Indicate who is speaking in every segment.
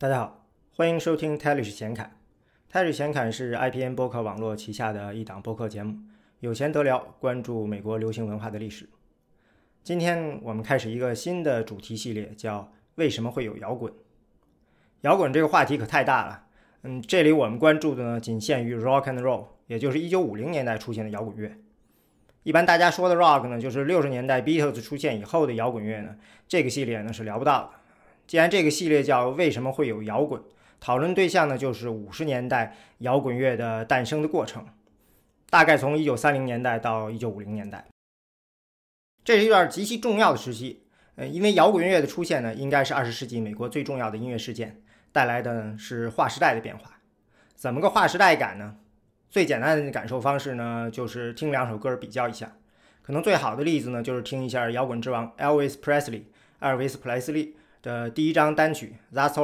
Speaker 1: 大家好，欢迎收听 Talish 显侃。Talish 显侃是 IPN 播客网络旗下的一档播客节目，有闲得聊，关注美国流行文化的历史。今天我们开始一个新的主题系列，叫为什么会有摇滚。摇滚这个话题可太大了，这里我们关注的呢仅限于 rock and roll， 也就是1950年代出现的摇滚乐。一般大家说的 rock 呢，就是60年代 Beatles 出现以后的摇滚乐呢，这个系列呢是聊不到的。既然这个系列叫为什么会有摇滚，讨论对象呢就是50年代摇滚乐的诞生的过程，大概从1930年代到1950年代。这是一段极其重要的时期，因为摇滚乐的出现呢，应该是20世纪美国最重要的音乐事件，带来的是划时代的变化。怎么个划时代感呢？最简单的感受方式呢，就是听两首歌比较一下。可能最好的例子呢，就是听一下摇滚之王 Elvis Presley 埃尔维斯·普莱斯利的第一张单曲 That's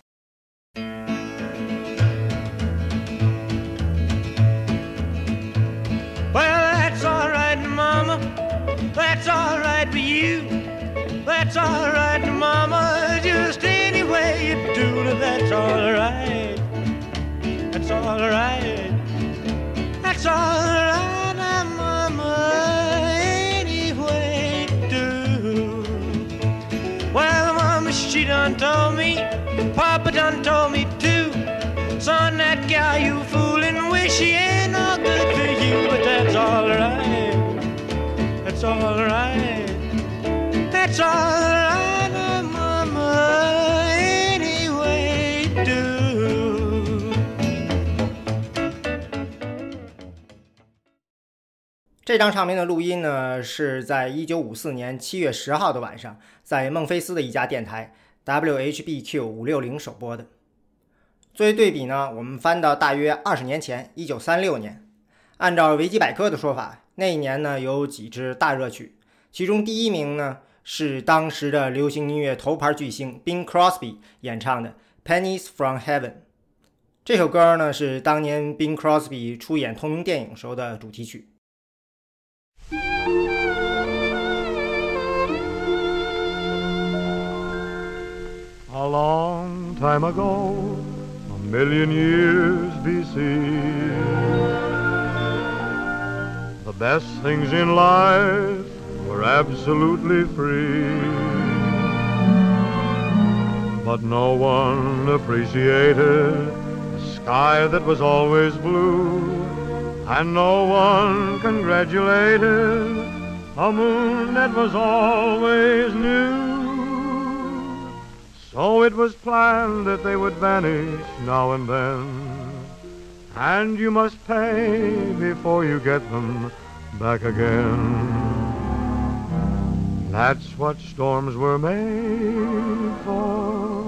Speaker 2: Alright。Well, that's alright, Mama. That's alright for you. That's alright, Mama. Just any way you do it, that's alright. That's alright. That's alright, Mama. Any way you do. Well, Mama, she done told me. Papa done told me too. Son, that gal you foolin' with, she ain't no good for you. But that's alright. That's alright. That's alright, Mama. Any way you do.
Speaker 1: 这张唱片的录音呢，是在1954年7月10号的晚上，在孟菲斯的一家电台 WHBQ 560首播的。作为对比呢，我们翻到大约20年前1936年，按照维基百科的说法，那一年呢有几支大热曲，其中第一名呢是当时的流行音乐头牌巨星 Bing Crosby 演唱的 Pennies from Heaven。 这首歌呢是当年 Bing Crosby 出演同名电影时候的主题曲。
Speaker 3: A long time ago, a million years BC, the best things in life were absolutely free, but no one appreciated the sky that was always blue, and no one congratulated a moon that was always new.So it was planned that they would vanish now and then, and you must pay before you get them back again. That's what storms were made for,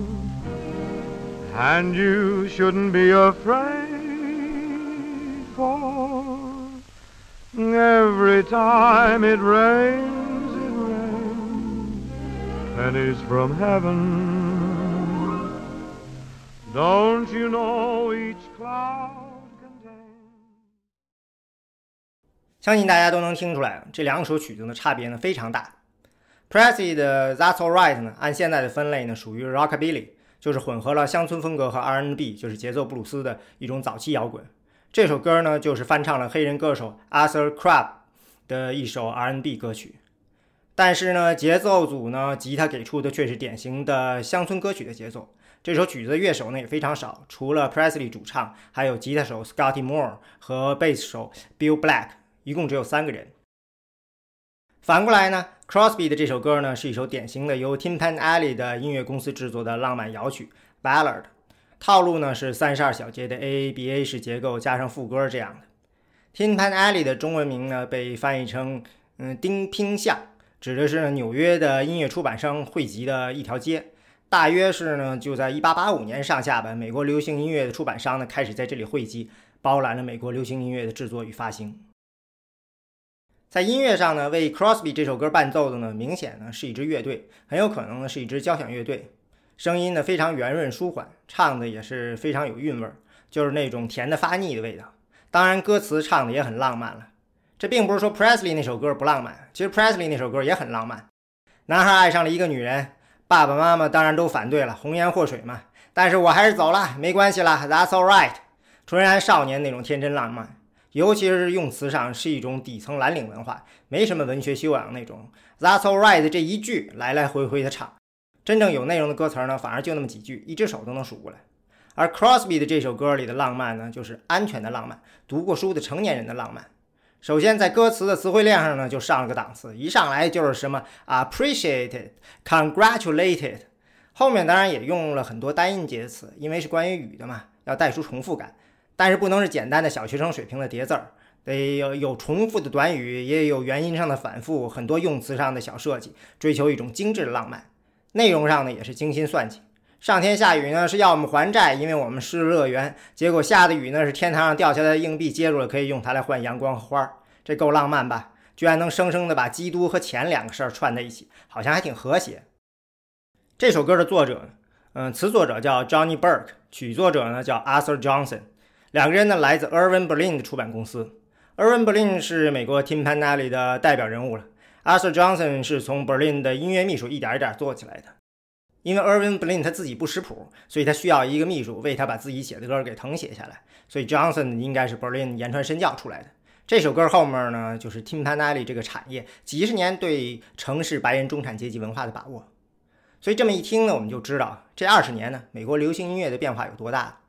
Speaker 3: and you shouldn't be afraid, for every time it rains,pennies from heaven. Don't you know each cloud contains...
Speaker 1: 相信大家都能听出来，这两首曲子的差别呢非常大。Presley 的 That's Alright 呢，按现在的分类呢属于 Rockabilly， 就是混合了乡村风格和 R&B， 就是节奏布鲁斯的一种早期摇滚。这首歌呢就是翻唱了黑人歌手 Arthur Crabb 的一首 R&B 歌曲。但是呢，节奏组呢，吉他给出的却是典型的乡村歌曲的节奏。这首曲子的乐手呢也非常少，除了 Presley 主唱，还有吉他手 Scotty Moore 和贝斯手 Bill Black， 一共只有3个人。反过来呢 ，Crosby 的这首歌呢是一首典型的由 Tin Pan Alley 的音乐公司制作的浪漫摇曲 Ballad， 套路呢是32小节的 AABA 式结构加上副歌这样的。Tin Pan Alley 的中文名呢被翻译成丁拼巷，指的是纽约的音乐出版商汇集的一条街，大约是呢就在1885年上下吧，美国流行音乐的出版商呢开始在这里汇集，包揽了美国流行音乐的制作与发行。在音乐上呢，为 Crosby 这首歌伴奏的呢，明显呢是一支乐队，很有可能呢是一支交响乐队，声音呢非常圆润舒缓，唱的也是非常有韵味，就是那种甜的发腻的味道。当然歌词唱的也很浪漫了。这并不是说 Presley 那首歌不浪漫，其实 Presley 那首歌也很浪漫。男孩爱上了一个女人， 爸爸妈妈当然都反对了，红颜祸水嘛。但是我还是走了，没关系啦 ，That's all right。纯然少年那种天真浪漫，尤其是用词上是一种底层蓝领文化，没什么文学修养那种。That's all right 这一句来来回回的唱，真正有内容的歌词呢，反而就那么几句，一只手都能数过来。而 Crosby 的这首歌里的浪漫呢，就是安全的浪漫，读过书的成年人的浪漫。首先在歌词的词汇量上呢，就上了个档次，一上来就是什么 appreciated、congratulated， 后面当然也用了很多单音节词，因为是关于语的嘛，要带出重复感，但是不能是简单的小学生水平的叠字儿，得有重复的短语，也有元音上的反复，很多用词上的小设计，追求一种精致的浪漫。内容上呢也是精心算计。上天下雨呢是要我们还债，因为我们是乐园，结果下的雨呢是天堂上掉下来的硬币，接住了可以用它来换阳光和花，这够浪漫吧？居然能生生的把基督和钱两个事儿串在一起，好像还挺和谐。这首歌的作者词作者叫 Johnny Burke， 曲作者呢叫 Arthur Johnson， 两个人呢来自 Irving Berlin 的出版公司。Irving Berlin 是美国 Tin Pan Alley 的代表人物了， Arthur Johnson 是从 Berlin 的音乐秘书一点一点做起来的。因为 Irving Berlin 他自己不识谱，所以他需要一个秘书为他把自己写的歌给誊写下来，所以 Johnson 应该是 Berlin 言传身教出来的。这首歌后面呢，就是 Tin Pan Alley 这个产业几十年对城市白人中产阶级文化的把握。所以这么一听呢，我们就知道这20年呢，美国流行音乐的变化有多大。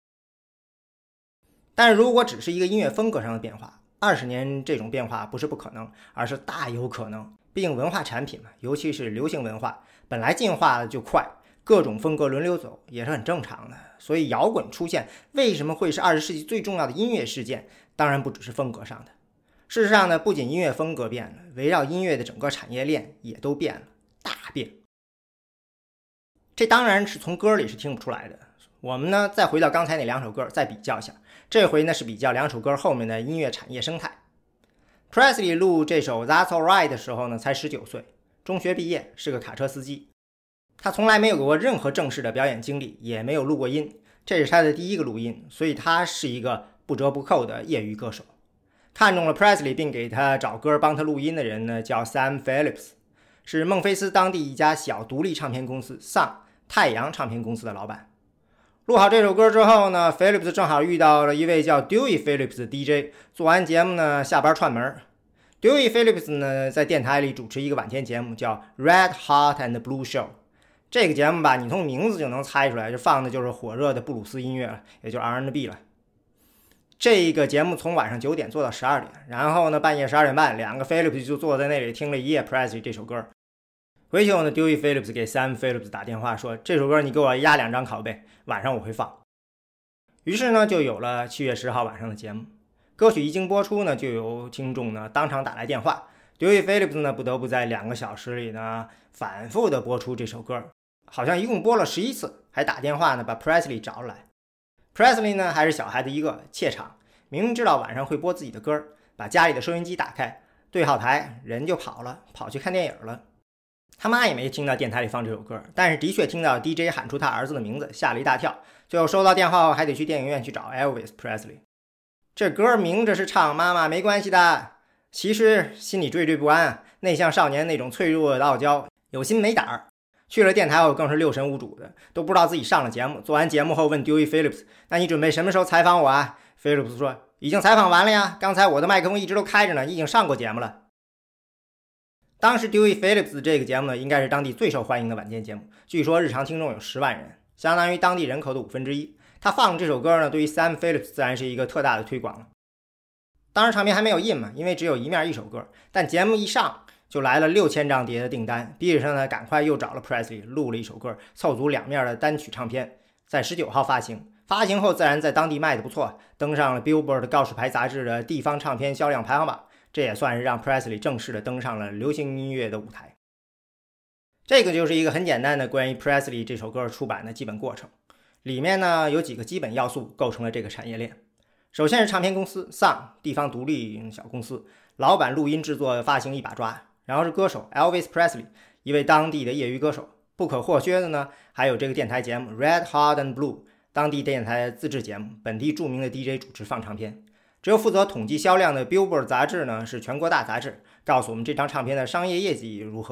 Speaker 1: 但是如果只是一个音乐风格上的变化，20年这种变化不是不可能，而是大有可能。毕竟文化产品嘛，尤其是流行文化，本来进化的就快，各种风格轮流走也是很正常的。所以摇滚出现为什么会是20世纪最重要的音乐事件，当然不只是风格上的。事实上呢，不仅音乐风格变了，围绕音乐的整个产业链也都变了，大变。这当然是从歌里是听不出来的。我们呢再回到刚才那两首歌再比较一下，这回呢是比较两首歌后面的音乐产业生态。Presley 录这首 That's All Right 的时候呢才19岁，中学毕业，是个卡车司机。他从来没有过任何正式的表演经历，也没有录过音，这是他的第一个录音，所以他是一个不折不扣的业余歌手。看中了 Presley 并给他找歌帮他录音的人呢叫 Sam Phillips， 是孟菲斯当地一家小独立唱片公司 Sun 太阳唱片公司的老板。录好这首歌之后呢， Phillips 正好遇到了一位叫 Dewey Phillips 的 DJ， 做完节目呢下班串门。 Dewey Phillips 呢在电台里主持一个晚间节目叫 Red Hot and Blue Show， 这个节目吧，你从名字就能猜出来，这放的就是火热的布鲁斯音乐了，也就是 R&B 了。这个节目从晚上9点做到12点，然后呢半夜12点半，两个 Phillips 就坐在那里听了一夜 Presley 这首歌。回去后呢 Dewey Phillips 给 Sam Phillips 打电话说，这首歌你给我压2张拷贝，晚上我会放。于是呢就有了7月10号晚上的节目。歌曲一经播出呢，就有听众呢当场打来电话， Dewey Phillips 呢不得不在2个小时里呢反复的播出这首歌，好像一共播了11次，还打电话呢把 Presley 找来。 Presley 呢还是小孩子一个，怯场，明明知道晚上会播自己的歌，把家里的收音机打开，对好台，人就跑了，跑去看电影了。他妈也没听到电台里放这首歌，但是的确听到 DJ 喊出他儿子的名字，吓了一大跳。最后收到电话后还得去电影院去找 Elvis Presley。 这歌明着是唱妈妈没关系的，其实心里惴惴不安，内向少年那种脆弱的傲娇，有心没胆儿。去了电台后更是六神无主的，都不知道自己上了节目。做完节目后问 Dewey Phillips， 那你准备什么时候采访我啊？ Phillips 说，已经采访完了呀，刚才我的麦克风一直都开着呢，已经上过节目了。当时 Dewey Phillips 这个节目呢，应该是当地最受欢迎的晚间节目，据说日常听众有10万人，相当于当地人口的1/5。他放这首歌呢，对于 Sam Phillips 自然是一个特大的推广了。当时唱片还没有印嘛，因为只有一面1首歌，但节目一上就来了6000张碟的订单，比尔上呢赶快又找了 Presley 录了一首歌，凑足2面的单曲唱片，在19号发行。发行后自然在当地卖的不错，登上了 Billboard 告示牌杂志的地方唱片销量排行榜，这也算是让 Presley 正式的登上了流行音乐的舞台。这个就是一个很简单的关于 Presley 这首歌出版的基本过程，里面呢有几个基本要素构成了这个产业链。首先是唱片公司 Sun 地方独立小公司，老板录音制作发行一把抓。然后是歌手 Elvis Presley， 一位当地的业余歌手。不可或缺的呢还有这个电台节目 Red Hot and Blue， 当地电台自制节目，本地著名的 DJ 主持放唱片。只有负责统计销量的 Billboard 杂志呢是全国大杂志，告诉我们这张唱片的商业业绩如何。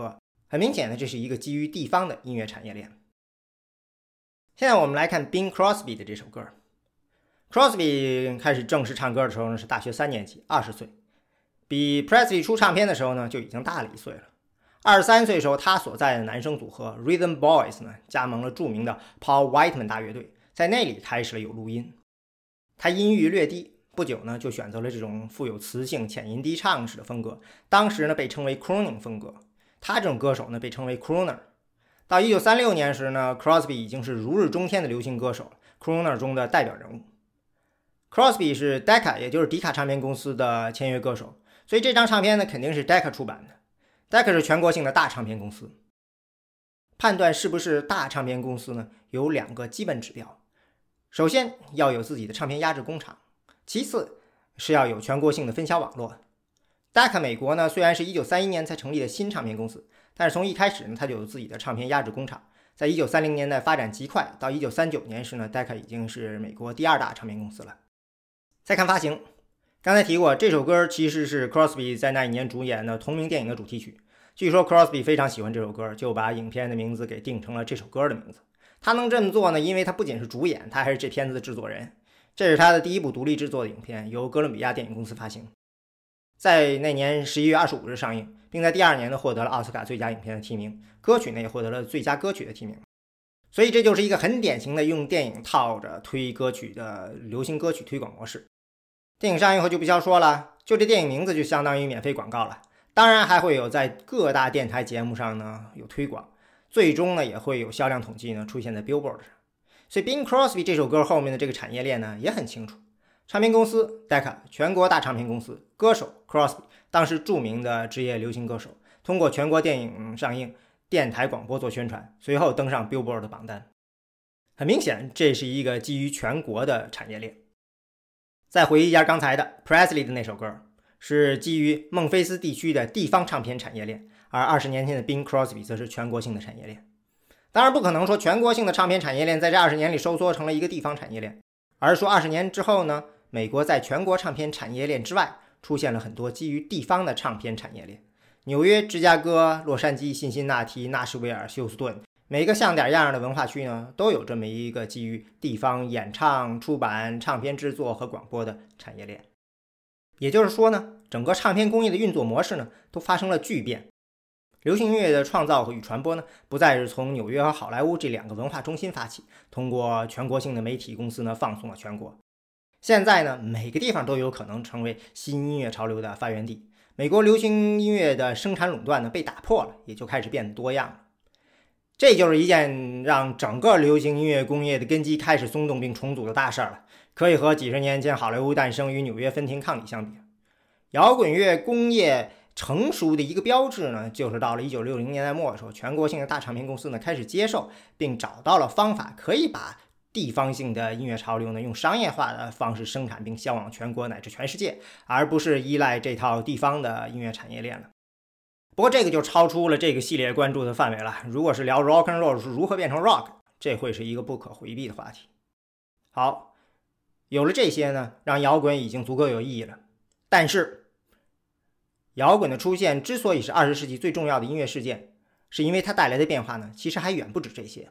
Speaker 1: 很明显的，这是一个基于地方的音乐产业链。现在我们来看 Bing Crosby 的这首歌。Crosby 开始正式唱歌的时候呢，是大学3年级，20岁，比 Presley 出唱片的时候呢就已经大了1岁了。23岁时候，他所在的男生组合 Rhythm Boys 呢加盟了著名的 Paul Whiteman 大乐队，在那里开始了有录音。他音域略低，不久呢就选择了这种富有磁性浅吟低唱式的风格，当时呢被称为 crooning 风格。他这种歌手呢被称为 crooner。到1936年时呢 Crosby 已经是如日中天的流行歌手了， crooner 中的代表人物。Crosby 是 Decca 也就是迪卡唱片公司的签约歌手，所以这张唱片呢肯定是 Decca 出版的。Decca 是全国性的大唱片公司。判断是不是大唱片公司呢，有2个基本指标。首先要有自己的唱片压制工厂，其次是要有全国性的分销网络。Decca 美国呢虽然是1931年才成立的新唱片公司，但是从一开始呢它就有自己的唱片压制工厂。在1930年代发展极快，到1939年时呢 Decca 已经是美国第2大唱片公司了。再看发行，刚才提过，这首歌其实是 Crosby 在那一年主演的同名电影的主题曲。据说 Crosby 非常喜欢这首歌，就把影片的名字给定成了这首歌的名字。他能这么做呢，因为他不仅是主演，他还是这片子的制作人。这是他的第一部独立制作的影片，由哥伦比亚电影公司发行，在那年11月25日上映，并在第2年呢获得了奥斯卡最佳影片的提名，歌曲呢也获得了最佳歌曲的提名。所以这就是一个很典型的用电影套着推歌曲的流行歌曲推广模式。电影上映后就不消说了，就这电影名字就相当于免费广告了。当然还会有在各大电台节目上呢有推广，最终呢也会有销量统计呢出现在 Billboard 上。所以 Bing Crosby 这首歌后面的这个产业链呢也很清楚。唱片公司 Decca 全国大唱片公司，歌手 Crosby 当时著名的职业流行歌手，通过全国电影上映、电台广播做宣传，随后登上 Billboard 的榜单。很明显，这是一个基于全国的产业链。再回忆一下刚才的 Presley 的那首歌，是基于孟菲斯地区的地方唱片产业链，而20年前的 Bing Crosby 则是全国性的产业链。当然不可能说全国性的唱片产业链在这20年里收缩成了一个地方产业链，而是说20年之后呢，美国在全国唱片产业链之外出现了很多基于地方的唱片产业链。纽约、芝加哥、洛杉矶、辛辛那提、纳什维尔、休斯顿，每个像点样的文化区呢，都有这么一个基于地方演唱、出版、唱片制作和广播的产业链。也就是说呢，整个唱片工业的运作模式呢，都发生了巨变。流行音乐的创造与传播呢，不再是从纽约和好莱坞这2个文化中心发起，通过全国性的媒体公司呢放送了全国。现在呢，每个地方都有可能成为新音乐潮流的发源地。美国流行音乐的生产垄断呢被打破了，也就开始变得多样了。这就是一件让整个流行音乐工业的根基开始松动并重组的大事了，可以和几十年前好莱坞诞生与纽约分庭抗礼相比。摇滚乐工业成熟的一个标志呢，就是到了1960年代末的时候，全国性的大唱片公司呢开始接受并找到了方法，可以把地方性的音乐潮流呢用商业化的方式生产并销往全国乃至全世界，而不是依赖这套地方的音乐产业链了。不过这个就超出了这个系列关注的范围了。如果是聊 rock and roll 是如何变成 rock， 这会是一个不可回避的话题。好，有了这些呢，让摇滚已经足够有意义了。但是摇滚的出现之所以是20世纪最重要的音乐事件，是因为它带来的变化呢，其实还远不止这些。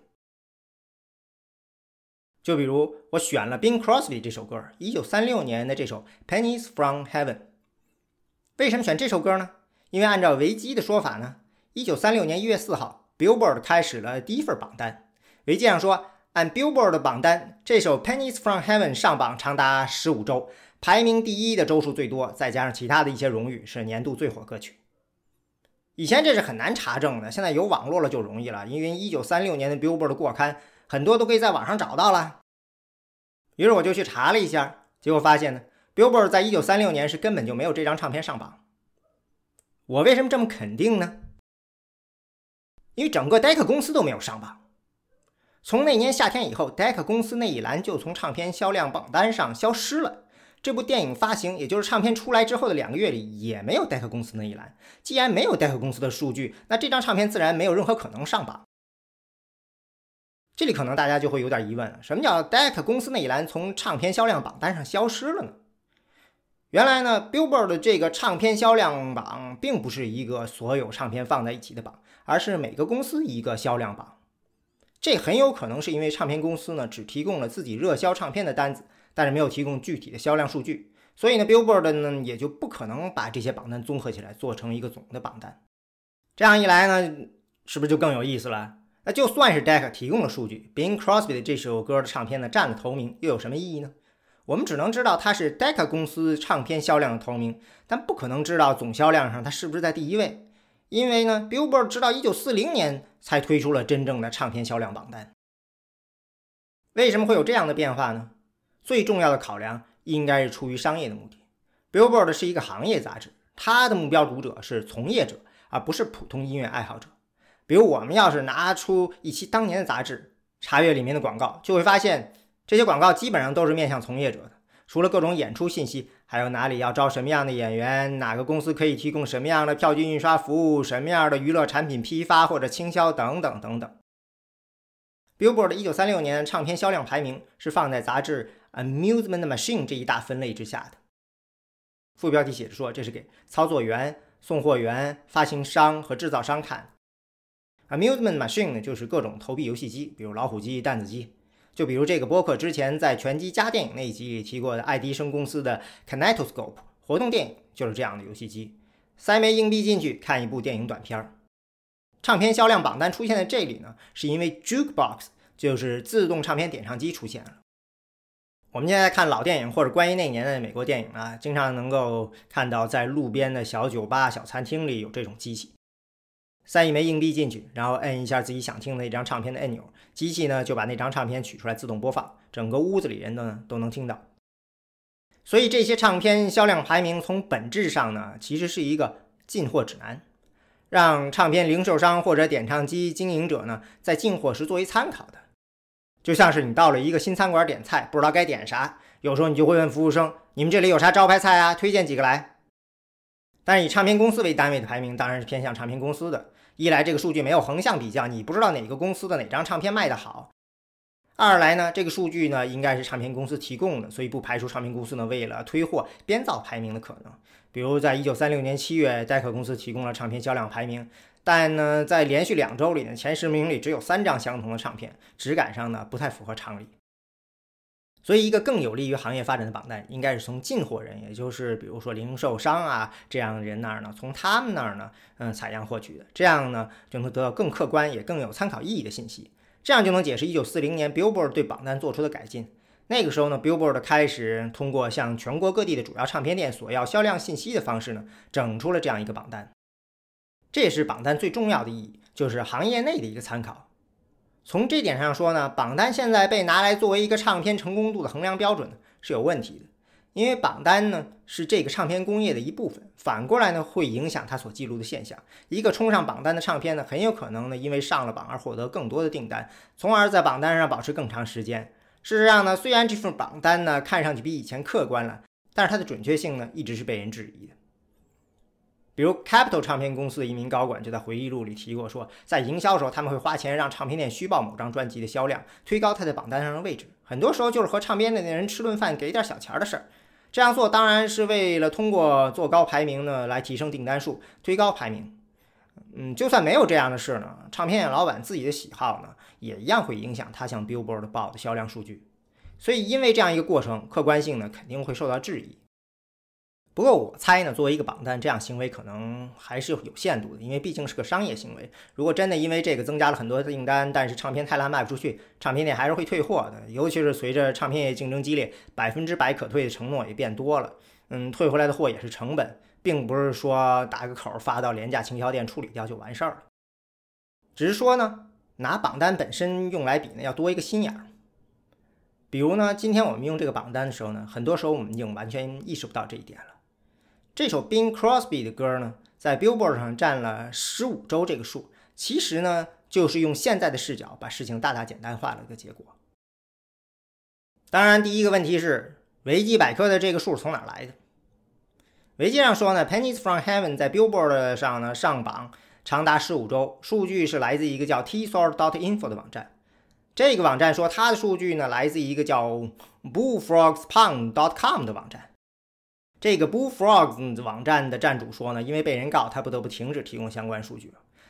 Speaker 1: 就比如我选了 Bing Crosby 这首歌，1936年的这首 Pennies from Heaven。 为什么选这首歌呢？因为按照维基的说法呢，1936年1月4号 Billboard 开始了第一份榜单。维基上说，按 Billboard 的榜单，这首 Pennies from Heaven 上榜长达15周，排名第1的周数最多，再加上其他的一些荣誉，是年度最火歌曲。以前这是很难查证的，现在有网络了就容易了，因为1936年的 Billboard 的过刊很多都可以在网上找到了。于是我就去查了一下，结果发现呢 Billboard 在1936年是根本就没有这张唱片上榜。我为什么这么肯定呢？因为整个 Decca 公司都没有上榜。从那年夏天以后， Decca 公司那一栏就从唱片销量榜单上消失了。这部电影发行，也就是唱片出来之后的2个月里，也没有 Decca 公司那一栏。既然没有 Decca 公司的数据，那这张唱片自然没有任何可能上榜。这里可能大家就会有点疑问了，什么叫 Decca 公司那一栏从唱片销量榜单上消失了呢？原来呢 Billboard 的这个唱片销量榜并不是一个所有唱片放在一起的榜， 而是每个公司一个销量榜。这很有可能是因为唱片公司呢只提供了自己热销唱片的单子，但是没有提供具体的销量数据，所以呢 Billboard 呢也就不可能把这些榜单综合起来做成一个总的榜单。这样一来呢，是不是就更有意思了？那就算是 Decca 提供了数据， Bing Crosby 的这首歌的唱片呢占了头名，又有什么意义呢？我们只能知道它是 Decca 公司唱片销量的头名，但不可能知道总销量上它是不是在第一位，因为呢 Billboard 直到1940年才推出了真正的唱片销量榜单。为什么会有这样的变化呢？最重要的考量应该是出于商业的目的。 Billboard 是一个行业杂志，它的目标读者是从业者，而不是普通音乐爱好者。比如我们要是拿出一期当年的杂志，查阅里面的广告，就会发现这些广告基本上都是面向从业者的，除了各种演出信息，还有哪里要招什么样的演员，哪个公司可以提供什么样的票据印刷服务，什么样的娱乐产品批发或者倾销等等等等。 Billboard 1936年唱片销量排名是放在杂志 Amusement Machine 这一大分类之下的。副标题写着说，这是给操作员、送货员、发行商和制造商看。Amusement Machine 呢，就是各种投币游戏机，比如老虎机、弹子机。就比如这个播客之前在拳击家电影那一集里提过的爱迪生公司的 Kinetoscope 活动电影，就是这样的游戏机，塞枚硬币进去看一部电影短片。唱片销量榜单出现在这里呢，是因为 Jukebox 就是自动唱片点唱机出现了。我们现在看老电影或者关于那年的美国电影啊，经常能够看到在路边的小酒吧、小餐厅里有这种机器，塞一枚硬币进去，然后摁一下自己想听的那张唱片的按钮，机器呢就把那张唱片取出来自动播放，整个屋子里人呢都能听到。所以这些唱片销量排名从本质上呢，其实是一个进货指南，让唱片零售商或者点唱机经营者呢在进货时作为参考的。就像是你到了一个新餐馆点菜，不知道该点啥，有时候你就会问服务生，你们这里有啥招牌菜啊，推荐几个来。但是以唱片公司为单位的排名当然是偏向唱片公司的，一来这个数据没有横向比较，你不知道哪个公司的哪张唱片卖得好；二来呢，这个数据呢应该是唱片公司提供的，所以不排除唱片公司呢为了推货编造排名的可能。比如在1936年7月，Decca 公司提供了唱片销量排名，但呢在连续2周里呢，前10名里只有3张相同的唱片，质感上呢不太符合常理。所以一个更有利于行业发展的榜单应该是从进货人，也就是比如说零售商啊这样的人那儿呢，从他们那儿呢采样获取的，这样呢就能得到更客观也更有参考意义的信息。这样就能解释1940年 Billboard 对榜单做出的改进。那个时候呢 Billboard 开始通过向全国各地的主要唱片店索要销量信息的方式呢，整出了这样一个榜单。这也是榜单最重要的意义，就是行业内的一个参考。从这点上说呢，榜单现在被拿来作为一个唱片成功度的衡量标准是有问题的，因为榜单呢是这个唱片工业的一部分，反过来呢会影响它所记录的现象。一个冲上榜单的唱片呢，很有可能呢因为上了榜而获得更多的订单，从而在榜单上保持更长时间。事实上呢，虽然这份榜单呢看上去比以前客观了，但是它的准确性呢一直是被人质疑的。比如 Capitol 唱片公司的一名高管就在回忆录里提过说，在营销时候他们会花钱让唱片店虚报某张专辑的销量，推高它在榜单上的位置，很多时候就是和唱片店的人吃顿饭给点小钱的事儿。这样做当然是为了通过做高排名呢来提升订单数，推高排名。就算没有这样的事呢，唱片店老板自己的喜好呢也一样会影响他向 Billboard 报的销量数据。所以因为这样一个过程，客观性呢肯定会受到质疑。不过我猜呢，作为一个榜单，这样行为可能还是有限度的，因为毕竟是个商业行为。如果真的因为这个增加了很多的订单，但是唱片太烂卖不出去，唱片店还是会退货的。尤其是随着唱片业竞争激烈，100%可退的承诺也变多了。退回来的货也是成本，并不是说打个口发到廉价倾销店处理掉就完事儿了。只是说呢，拿榜单本身用来比呢，要多一个心眼儿。比如呢，今天我们用这个榜单的时候呢，很多时候我们已经完全意识不到这一点了。这首 Bing Crosby 的歌呢，在 Billboard 上占了15周这个数，其实呢，就是用现在的视角把事情大大简单化了一个结果。当然，第一个问题是维基百科的这个数从哪来的？维基上说呢 ，Pennies from Heaven 在 Billboard 上呢上榜长达15周，数据是来自一个叫 tsort.info 的网站。这个网站说它的数据呢来自一个叫 bullfrogspond.com 的网站。这个 Bullfrogs 网站的站主说呢，因为被人告，他不得不停止提供相关数据。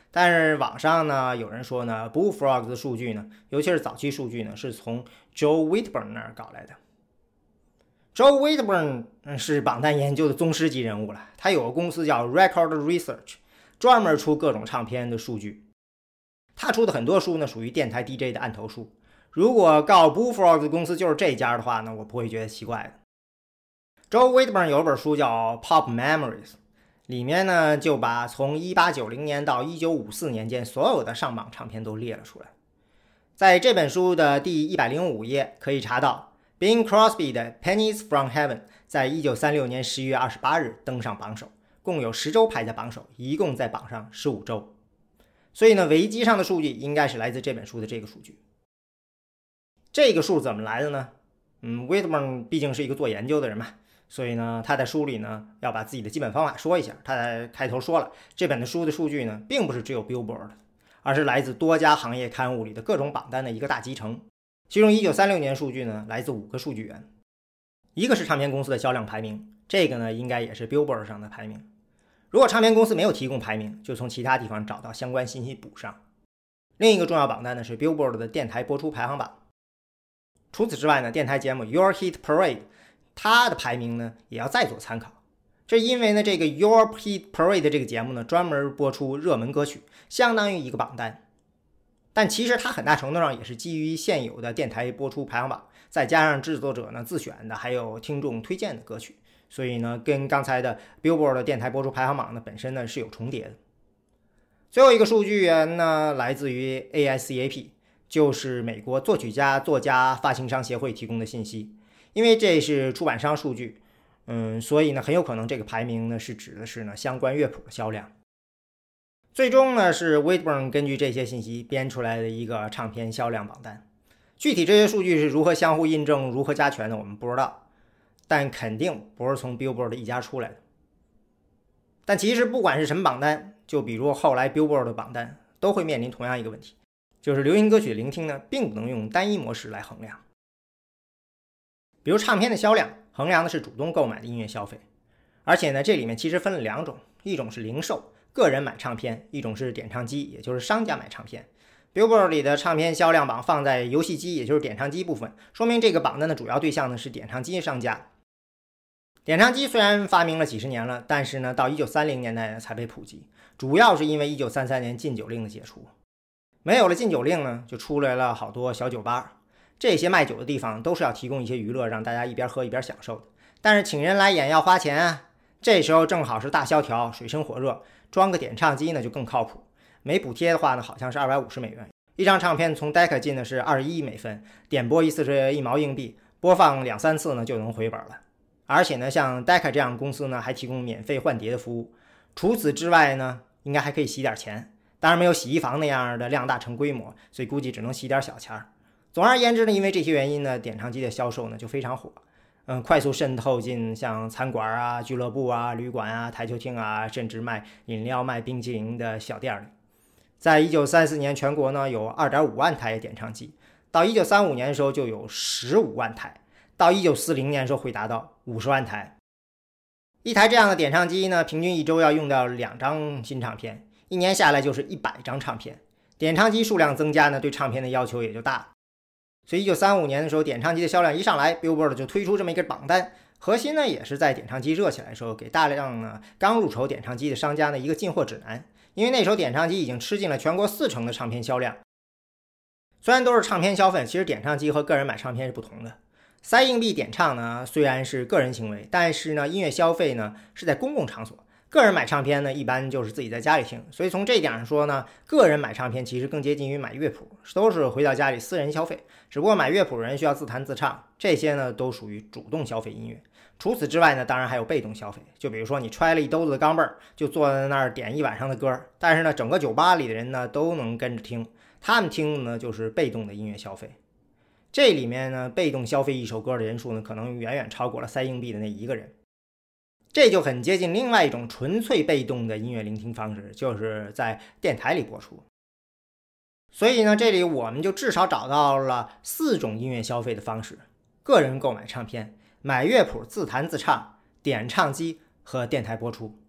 Speaker 1: 但是网上呢有人说呢 Bullfrogs 的数据呢，尤其是早期数据呢，是从 Joe Whitburn 那儿搞来的。Joe Whitburn 是榜单研究的宗师级人物了，他有个公司叫 Record Research， 专门出各种唱片的数据。他出的很多书呢属于电台 DJ 的案头书，如果告 Bullfrogs 公司就是这家的话呢，我不会觉得奇怪的。Joe Whitburn 有一本书叫 Pop Memories， 里面呢就把从1890年到1954年间所有的上榜唱片都列了出来。在这本书的第105页可以查到Bing Crosby 的 Pennies from Heaven 在1936年11月28日登上榜首，共有10周排在榜首，一共在榜上15周。所以呢，维基上的数据应该是来自这本书的这个数据。这个数怎么来的呢？Whitburn 毕竟是一个做研究的人嘛，所以呢，他在书里呢要把自己的基本方法说一下。他在开头说了，这本书的数据呢，并不是只有 Billboard 的，而是来自多家行业刊物里的各种榜单的一个大集成。其中1936年数据呢，来自5个数据源，一个是唱片公司的销量排名，这个呢应该也是 Billboard 上的排名。如果唱片公司没有提供排名，就从其他地方找到相关信息补上。另一个重要榜单呢是 Billboard 的电台播出排行榜。除此之外呢，电台节目 Your Hit Parade 它的排名呢也要再做参考。这因为呢这个 Your Hit Parade 这个节目呢专门播出热门歌曲，相当于一个榜单。但其实它很大程度上也是基于现有的电台播出排行榜，再加上制作者呢自选的还有听众推荐的歌曲，所以呢跟刚才的 Billboard 的电台播出排行榜呢本身呢是有重叠的。最后一个数据源呢来自于 ASCAP， 就是美国作曲家、作家、发行商协会提供的信息。因为这是出版商数据，所以呢很有可能这个排名呢是指的是呢相关乐谱的销量。最终呢是 Whitburn 根据这些信息编出来的一个唱片销量榜单。具体这些数据是如何相互印证、如何加权的我们不知道，但肯定不是从 Billboard 一家出来的。但其实不管是什么榜单，就比如后来 Billboard 的榜单，都会面临同样一个问题，就是流行歌曲的聆听呢并不能用单一模式来衡量。比如唱片的销量衡量的是主动购买的音乐消费，而且呢这里面其实分了2种，一种是零售个人买唱片，一种是点唱机，也就是商家买唱片。Billboard 里的唱片销量榜放在游戏机，也就是点唱机部分，说明这个榜单的主要对象呢是点唱机商家。点唱机虽然发明了几十年了，但是呢到1930年代才被普及，主要是因为1933年禁酒令的解除。没有了禁酒令呢，就出来了好多小酒吧，这些卖酒的地方都是要提供一些娱乐，让大家一边喝一边享受的。但是请人来演要花钱啊，这时候正好是大萧条，水深火热，装个点唱机呢就更靠谱。没补贴的话呢，好像是$250，一张唱片从 Decca 进的是21美分，点播一次是1毛硬币，播放2-3次呢就能回本了。而且呢，像 Decca 这样的公司呢，还提供免费换碟的服务。除此之外呢，应该还可以洗点钱，当然没有洗衣房那样的量大成规模，所以估计只能洗点小钱。总而言之呢，因为这些原因呢，点唱机的销售呢就非常火，快速渗透进像餐馆啊、俱乐部啊、旅馆啊、台球厅啊，甚至卖饮料、卖冰淇淋的小店里。在1934年，全国呢有2.5万台点唱机，到1935年的时候就有15万台，到1940年的时候会达到50万台。一台这样的点唱机呢，平均一周要用掉2张新唱片，一年下来就是100张唱片。点唱机数量增加呢，对唱片的要求也就大了。所以1935年的时候，点唱机的销量一上来 Billboard 就推出这么一个榜单，核心呢也是在点唱机热起来的时候，给大量呢刚入手点唱机的商家呢一个进货指南。因为那时候点唱机已经吃进了全国40%的唱片销量。虽然都是唱片消费，其实点唱机和个人买唱片是不同的。塞硬币点唱呢虽然是个人行为，但是呢音乐消费呢是在公共场所。个人买唱片呢一般就是自己在家里听，所以从这一点上说呢，个人买唱片其实更接近于买乐谱，都是回到家里私人消费。只不过买乐谱人需要自弹自唱，这些呢都属于主动消费音乐。除此之外呢，当然还有被动消费，就比如说你揣了一兜子的钢镚儿，就坐在那儿点一晚上的歌，但是呢整个酒吧里的人呢都能跟着听，他们听的呢就是被动的音乐消费。这里面呢被动消费一首歌的人数呢可能远远超过了塞硬币的那一个人。这就很接近另外一种纯粹被动的音乐聆听方式，就是在电台里播出。所以呢这里我们就至少找到了4种音乐消费的方式：个人购买唱片、买乐谱自弹自唱、点唱机和电台播出。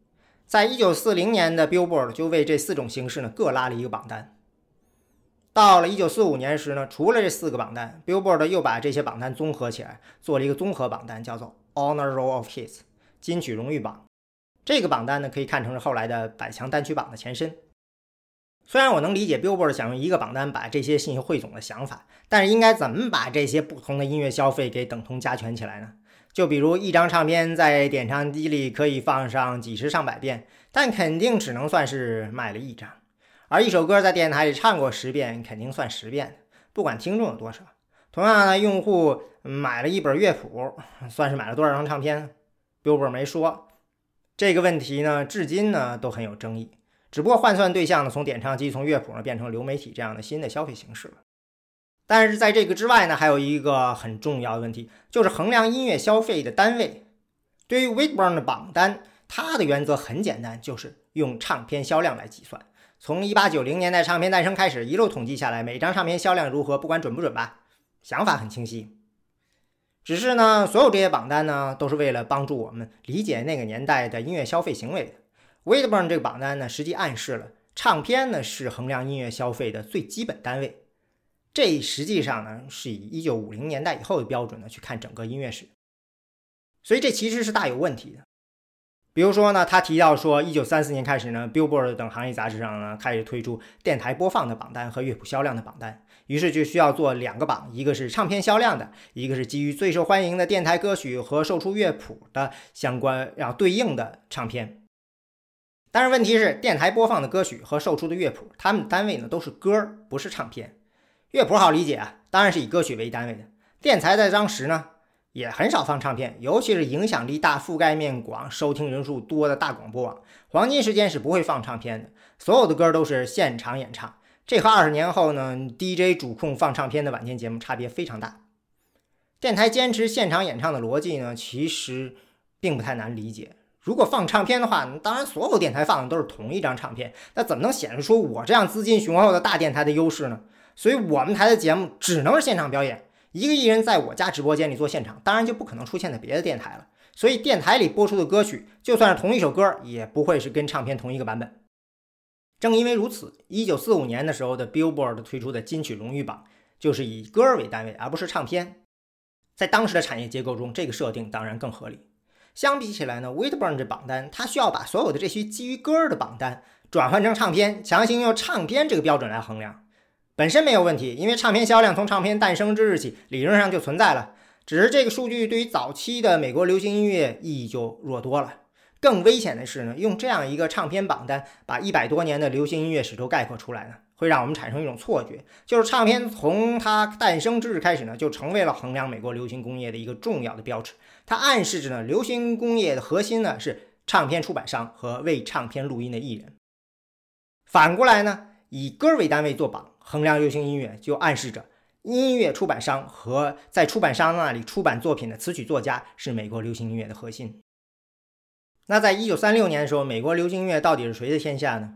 Speaker 1: 在1940年的 Billboard 就为这4种形式呢各拉了一个榜单。到了1945年时呢，除了这4个榜单， Billboard 又把这些榜单综合起来，做了一个综合榜单，叫做 Honor Roll of Hits 金曲荣誉榜。这个榜单呢可以看成是后来的百强单曲榜的前身。虽然我能理解 Billboard 想用一个榜单把这些信息汇总的想法，但是应该怎么把这些不同的音乐消费给等同加权起来呢？就比如一张唱片在点唱机里可以放上几十上百遍，但肯定只能算是卖了1张，而一首歌在电台里唱过10遍，肯定算10遍，不管听众有多少。同样呢，用户买了一本乐谱，算是买了多少张唱片 Billboard 没说。这个问题呢至今呢都很有争议，只不过换算对象呢从点唱机从乐谱呢变成流媒体这样的新的消费形式了。但是在这个之外呢，还有一个很重要的问题，就是衡量音乐消费的单位。对于 Whitburn 的榜单，它的原则很简单，就是用唱片销量来计算。从1890年代唱片诞生开始，一路统计下来，每张唱片销量如何，不管准不准吧，想法很清晰。只是呢，所有这些榜单呢，都是为了帮助我们理解那个年代的音乐消费行为的。Whitburn 这个榜单呢，实际暗示了唱片呢是衡量音乐消费的最基本单位。这实际上呢是以1950年代以后的标准呢去看整个音乐史，所以这其实是大有问题的。比如说呢，他提到说1934年开始呢 Billboard 等行业杂志上呢开始推出电台播放的榜单和乐谱销量的榜单，于是就需要做2个榜，一个是唱片销量的，一个是基于最受欢迎的电台歌曲和售出乐谱的相关对应的唱片。但是问题是，电台播放的歌曲和售出的乐谱，它们的单位呢都是歌，不是唱片。乐谱好理解啊，当然是以歌曲为单位的。电台在当时呢也很少放唱片，尤其是影响力大、覆盖面广、收听人数多的大广播网，黄金时间是不会放唱片的，所有的歌都是现场演唱。这和20年后呢 DJ 主控放唱片的晚间节目差别非常大。电台坚持现场演唱的逻辑呢，其实并不太难理解。如果放唱片的话，当然所有电台放的都是同一张唱片，那怎么能显示出我这样资金雄厚的大电台的优势呢？所以我们台的节目只能是现场表演，一个艺人在我家直播间里做现场，当然就不可能出现在别的电台了。所以电台里播出的歌曲，就算是同一首歌，也不会是跟唱片同一个版本。正因为如此，1945年的时候的 Billboard 推出的金曲荣誉榜，就是以歌为单位，而不是唱片。在当时的产业结构中，这个设定当然更合理。相比起来呢 Whitburn 这榜单，它需要把所有的这些基于歌的榜单转换成唱片，强行用唱片这个标准来衡量。本身没有问题，因为唱片销量从唱片诞生之日起理论上就存在了，只是这个数据对于早期的美国流行音乐意义就弱多了。更危险的是呢，用这样一个唱片榜单把100多年的流行音乐史都概括出来呢，会让我们产生一种错觉，就是唱片从它诞生之日开始呢，就成为了衡量美国流行工业的一个重要的标尺。它暗示着呢，流行工业的核心呢是唱片出版商和为唱片录音的艺人。反过来呢，以歌为单位做榜衡量流行音乐，就暗示着音乐出版商和在出版商那里出版作品的词曲作家是美国流行音乐的核心。那在1936年的时候，美国流行音乐到底是谁的天下呢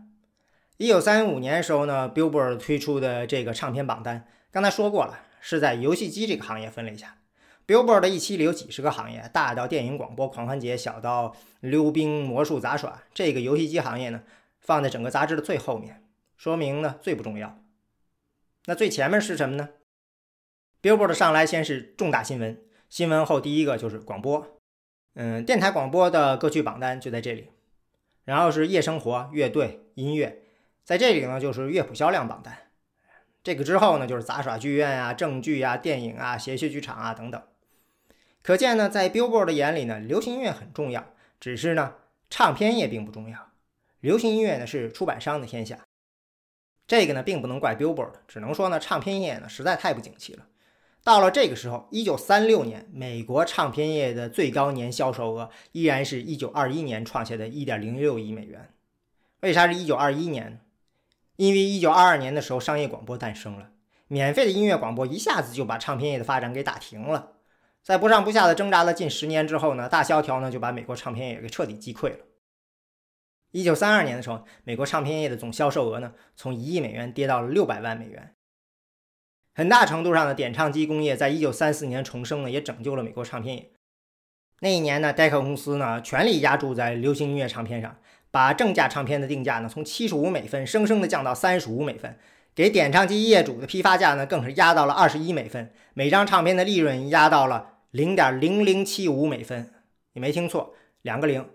Speaker 1: ？1935年的时候呢 Billboard 推出的这个唱片榜单，刚才说过了，是在游戏机这个行业分类下。 Billboard 的一期里有几十个行业，大到电影、广播、狂欢节，小到溜冰、魔术、杂耍，这个游戏机行业呢放在整个杂志的最后面，说明呢最不重要。那最前面是什么呢？ Billboard 上来先是重大新闻，新闻后第一个就是广播，电台广播的歌曲榜单就在这里，然后是夜生活、乐队、音乐，在这里呢就是乐谱销量榜单，这个之后呢就是杂耍剧院啊、正剧啊、电影啊、谐谑剧场啊等等。可见呢，在 Billboard 的眼里呢，流行音乐很重要，只是呢唱片业并不重要，流行音乐呢是出版商的天下。这个呢并不能怪 Billboard， 只能说呢唱片业呢实在太不景气了。到了这个时候，1936年美国唱片业的最高年销售额依然是1921年创下的 1.06 亿美元。为啥是1921年呢？因为1922年的时候商业广播诞生了，免费的音乐广播一下子就把唱片业的发展给打停了。在不上不下的挣扎了近10年之后呢，大萧条呢就把美国唱片业给彻底击溃了。1932年的时候，美国唱片业的总销售额呢从1亿美元跌到了600万美元。很大程度上的点唱机工业在1934年重生呢，也拯救了美国唱片业。那一年呢，Decca 公司呢全力压注在流行音乐唱片上， 把正价唱片的定价呢从75美分生生的降到35美分，给点唱机业主的批发价呢更是压到了21美分，每张唱片的利润压到了 0.0075 美分。你没听错，2个0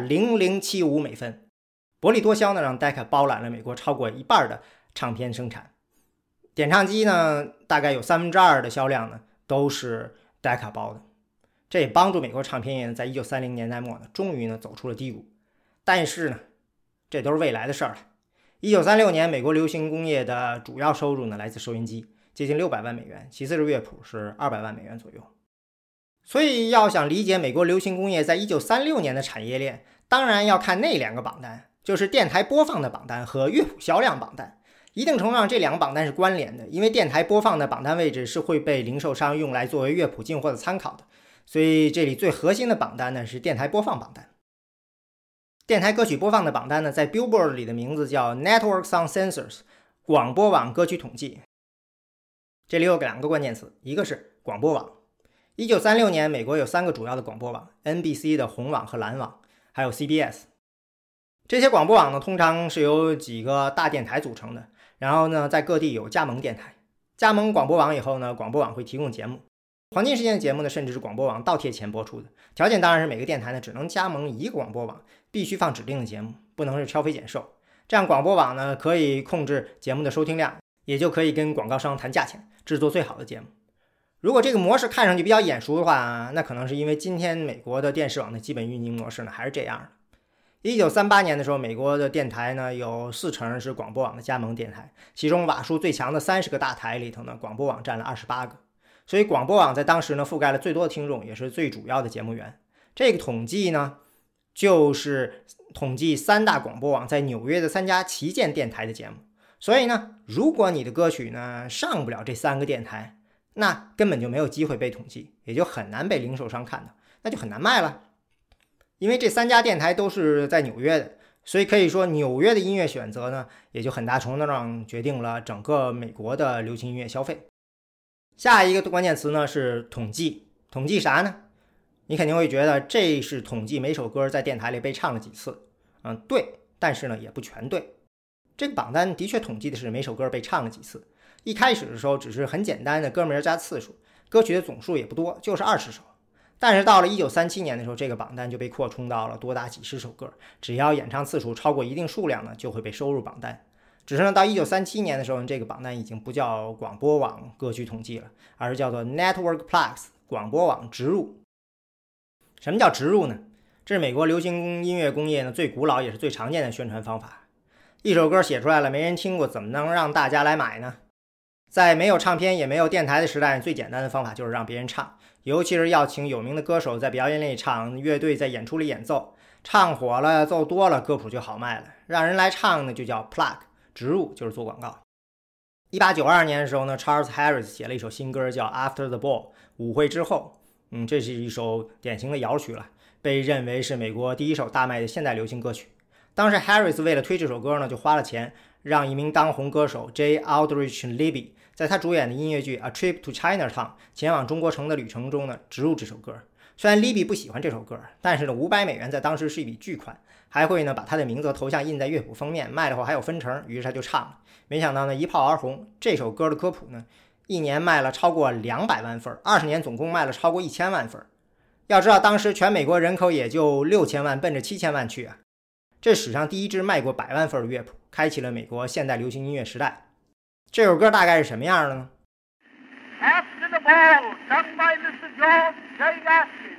Speaker 1: 0.0075 美分。薄利多销呢，让 Decca 包揽了美国超过一半的唱片生产。点唱机呢，大概有2/3的销量呢都是 Decca 包的。这也帮助美国唱片业呢，在1930年代末呢，终于呢走出了低谷。但是呢，这都是未来的事儿了。1936年，美国流行工业的主要收入呢来自收音机，接近600万美元，其次是乐谱，是200万美元左右。所以要想理解美国流行工业在1936年的产业链，当然要看那2个榜单，就是电台播放的榜单和乐谱销量榜单。一定程度上，这2个榜单是关联的，因为电台播放的榜单位置是会被零售商用来作为乐谱进货的参考的。所以这里最核心的榜单呢是电台播放榜单。电台歌曲播放的榜单呢，在 Billboard 里的名字叫 Network Song Census， 广播网歌曲统计。这里有2个关键词，一个是广播网。1936年，美国有3个主要的广播网， NBC 的红网和蓝网，还有 CBS。 这些广播网呢，通常是由几个大电台组成的，然后呢，在各地有加盟电台。加盟广播网以后呢，广播网会提供节目。黄金时间的节目呢，甚至是广播网倒贴钱播出的。条件当然是每个电台呢只能加盟1个广播网，必须放指定的节目，不能是挑肥拣瘦。这样广播网呢可以控制节目的收听量，也就可以跟广告商谈价钱，制作最好的节目。如果这个模式看上去比较眼熟的话，那可能是因为今天美国的电视网的基本运营模式呢还是这样的。1938年的时候，美国的电台呢有40%是广播网的加盟电台，其中瓦数最强的30个大台里头呢，广播网占了28个。所以广播网在当时呢覆盖了最多的听众，也是最主要的节目源。这个统计呢就是统计3大广播网在纽约的3家旗舰电台的节目。所以呢，如果你的歌曲呢上不了这3个电台，那根本就没有机会被统计，也就很难被零售商看到，那就很难卖了。因为这3家电台都是在纽约的，所以可以说纽约的音乐选择呢也就很大程度上决定了整个美国的流行音乐消费。下一个关键词呢是统计。统计啥呢？你肯定会觉得这是统计每首歌在电台里被唱了几次。对，但是呢也不全对。这个榜单的确统计的是每首歌被唱了几次。一开始的时候只是很简单的歌名加次数，歌曲的总数也不多，就是20首。但是到了1937年的时候，这个榜单就被扩充到了多达几十首歌，只要演唱次数超过一定数量呢，就会被收入榜单。只是呢，到1937年的时候，这个榜单已经不叫广播网歌曲统计了，而是叫做 Network Plus 广播网植入。什么叫植入呢？这是美国流行音乐工业呢最古老也是最常见的宣传方法。一首歌写出来了，没人听过，怎么能让大家来买呢？在没有唱片也没有电台的时代，最简单的方法就是让别人唱，尤其是要请有名的歌手在表演里唱，乐队在演出里演奏，唱火了奏多了，歌谱就好卖了。让人来唱呢就叫 plug， 植入就是做广告。1892年的时候呢 Charles Harris 写了一首新歌叫 After the Ball， 舞会之后。这是一首典型的摇曲了，被认为是美国第一首大卖的现代流行歌曲。当时 Harris 为了推这首歌呢，就花了钱让一名当红歌手 J. Aldrich Libby 在他主演的音乐剧 A Trip to Chinatown 前往中国城的旅程中呢植入这首歌。虽然 Libby 不喜欢这首歌，但是呢500美元在当时是一笔巨款，还会呢把他的名字和头像印在乐谱封面，卖的话还有分成，于是他就唱了。没想到呢一炮而红，这首歌的歌谱呢一年卖了超过200万份，20年总共卖了超过1000万份。要知道当时全美国人口也就6000万，奔着7000万去啊！这是史上第一支卖过100万份的乐谱，开启了美国现代流行音乐时代。这首歌大概是什么样的呢？
Speaker 4: After the Ball, sung by Mr. George J. Gaskins.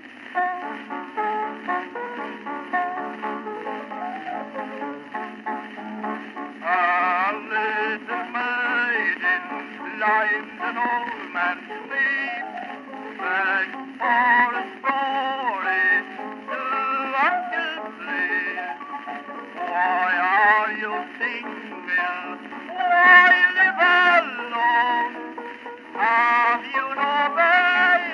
Speaker 4: A little maiden climbed an old man's feet, begged for a story to Uncle Flea. Why are you single? Why live alone? Have you no baby?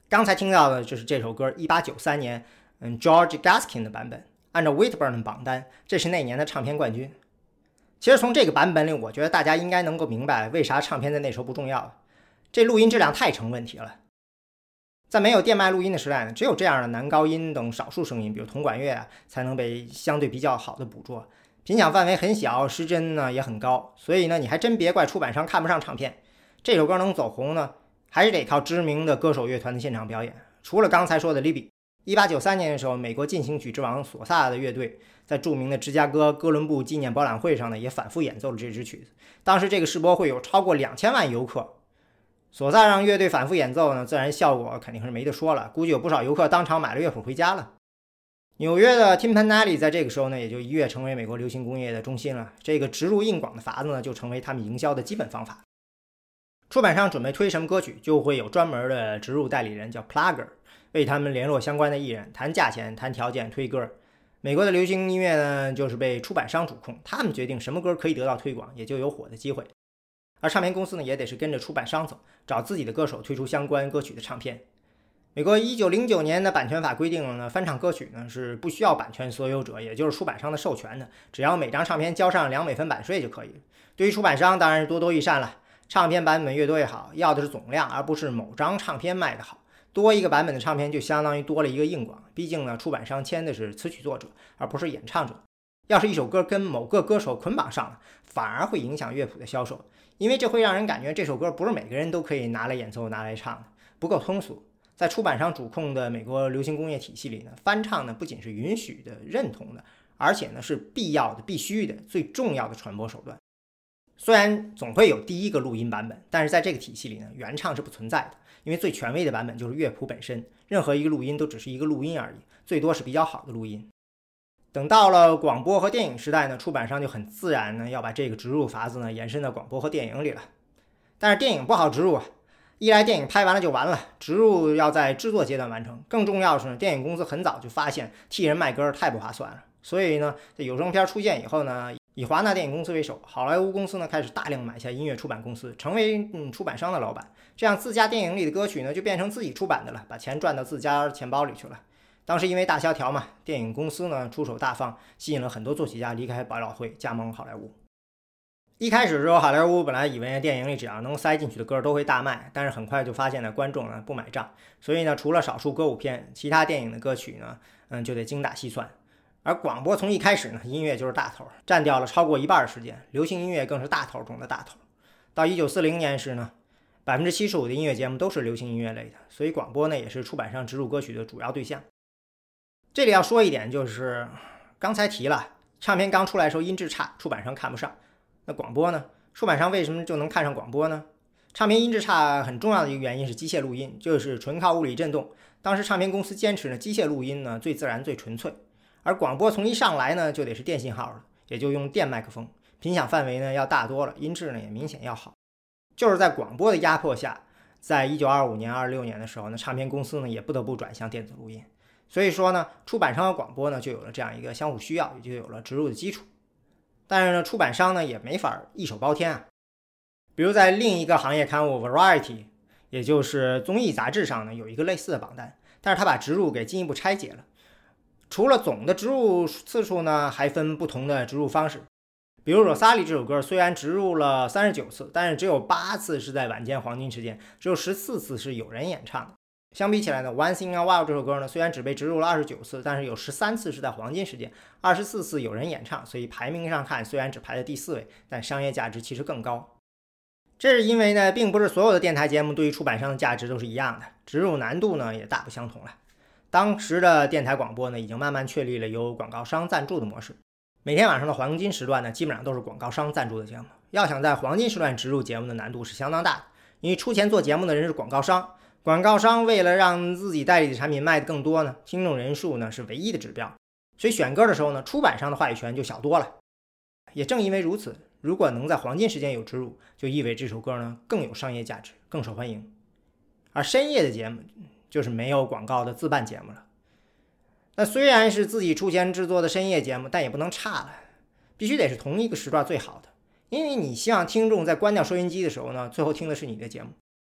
Speaker 1: 刚才听到的就是这首歌1893年George Gaskin 的版本，按照 Whitburn 榜单，这是那年的唱片冠军。其实从这个版本里，我觉得大家应该能够明白为啥唱片在那时候不重要了，这录音质量太成问题了。在没有电麦录音的时代呢，只有这样的男高音等少数声音，比如铜管乐才能被相对比较好的捕捉，频响范围很小，失真呢也很高，所以呢你还真别怪出版商看不上唱片。这首歌能走红呢，还是得靠知名的歌手乐团的现场表演。除了刚才说的 Libby，1893年的时候，美国进行曲之王索萨的乐队在著名的芝加哥哥伦布纪念博览会上呢，也反复演奏了这支曲子。当时这个世博会有超过2000万游客，索萨让乐队反复演奏呢，自然效果肯定是没得说了，估计有不少游客当场买了乐谱回家了。纽约的 Timpanelli 在这个时候呢，也就一跃成为美国流行工业的中心了。这个植入硬广的法子呢，就成为他们营销的基本方法。出版商准备推什么歌曲，就会有专门的植入代理人叫 plugger， 为他们联络相关的艺人，谈价钱、谈条件、推歌。美国的流行音乐呢，就是被出版商主控，他们决定什么歌可以得到推广，也就有火的机会。而唱片公司呢，也得是跟着出版商走，找自己的歌手推出相关歌曲的唱片。美国1909年的版权法规定了呢，翻唱歌曲呢是不需要版权所有者，也就是出版商的授权的，只要每张唱片交上2美分版税就可以了。对于出版商当然是多多益善了，唱片版本越多越好，要的是总量，而不是某张唱片卖得好。多一个版本的唱片就相当于多了一个硬广，毕竟呢，出版商签的是词曲作者，而不是演唱者。要是一首歌跟某个歌手捆绑上了，反而会影响乐谱的销售，因为这会让人感觉这首歌不是每个人都可以拿来演奏、拿来唱的，不够通俗。在出版商主控的美国流行工业体系里呢，翻唱呢不仅是允许的、认同的，而且呢是必要的、必须的、最重要的传播手段。虽然总会有第一个录音版本，但是在这个体系里呢，原唱是不存在的，因为最权威的版本就是乐谱本身，任何一个录音都只是一个录音而已，最多是比较好的录音。等到了广播和电影时代呢，出版商就很自然呢要把这个植入法子呢延伸到广播和电影里了。但是电影不好植入啊，一来电影拍完了就完了，植入要在制作阶段完成，更重要的是呢，电影公司很早就发现替人卖歌太不划算了，所以呢，在有声片出现以后呢，以华纳电影公司为首，好莱坞公司呢开始大量买下音乐出版公司，成为出版商的老板，这样自家电影里的歌曲呢就变成自己出版的了，把钱赚到自家钱包里去了。当时因为大萧条嘛，电影公司呢出手大方，吸引了很多作曲家离开百老汇加盟好莱坞。一开始的时候，好莱坞本来以为电影里只要能塞进去的歌都会大卖，但是很快就发现呢观众呢不买账，所以呢除了少数歌舞片，其他电影的歌曲呢就得精打细算。而广播从一开始呢，音乐就是大头，占掉了超过一半的时间，流行音乐更是大头中的大头。到1940年时呢，75%的音乐节目都是流行音乐类的，所以广播呢也是出版商植入歌曲的主要对象。这里要说一点，就是刚才提了，唱片刚出来的时候音质差，出版商看不上。那广播呢？出版商为什么就能看上广播呢？唱片音质差很重要的一个原因是机械录音，就是纯靠物理振动。当时唱片公司坚持呢，机械录音呢最自然最纯粹，而广播从一上来呢就得是电信号了，也就用电麦克风，频响范围呢要大多了，音质呢也明显要好。就是在广播的压迫下，在1925年、26年的时候呢，唱片公司呢也不得不转向电子录音。所以说呢，出版商和广播呢就有了这样一个相互需要，也就有了植入的基础。但是呢，出版商呢也没法一手包天啊。比如在另一个行业刊物 Variety， 也就是综艺杂志上呢有一个类似的榜单，但是他把植入给进一步拆解了。除了总的植入次数呢，还分不同的植入方式。比如 Rosalie 这首歌虽然植入了39次，但是只有8次是在晚间黄金时间，只有14次是有人演唱的。相比起来呢 Once in a While 这首歌呢，虽然只被植入了29次，但是有13次是在黄金时间，24次有人演唱，所以排名上看虽然只排在第4位，但商业价值其实更高。这是因为呢，并不是所有的电台节目对于出版商的价值都是一样的，植入难度呢也大不相同了。当时的电台广播呢，已经慢慢确立了由广告商赞助的模式，每天晚上的黄金时段呢，基本上都是广告商赞助的节目。要想在黄金时段植入节目的难度是相当大的，因为出钱做节目的人是广告商，广告商为了让自己代理的产品卖得更多呢，听众人数呢是唯一的指标，所以选歌的时候呢，出版商的话语权就小多了。也正因为如此，如果能在黄金时间有植入，就意味着这首歌呢更有商业价值，更受欢迎。而深夜的节目就是没有广告的自办节目了。那虽然是自己出钱制作的深夜节目，但也不能差了，必须得是同一个时段最好的，因为你希望听众在关掉收音机的时候呢，最后听的是你的节目。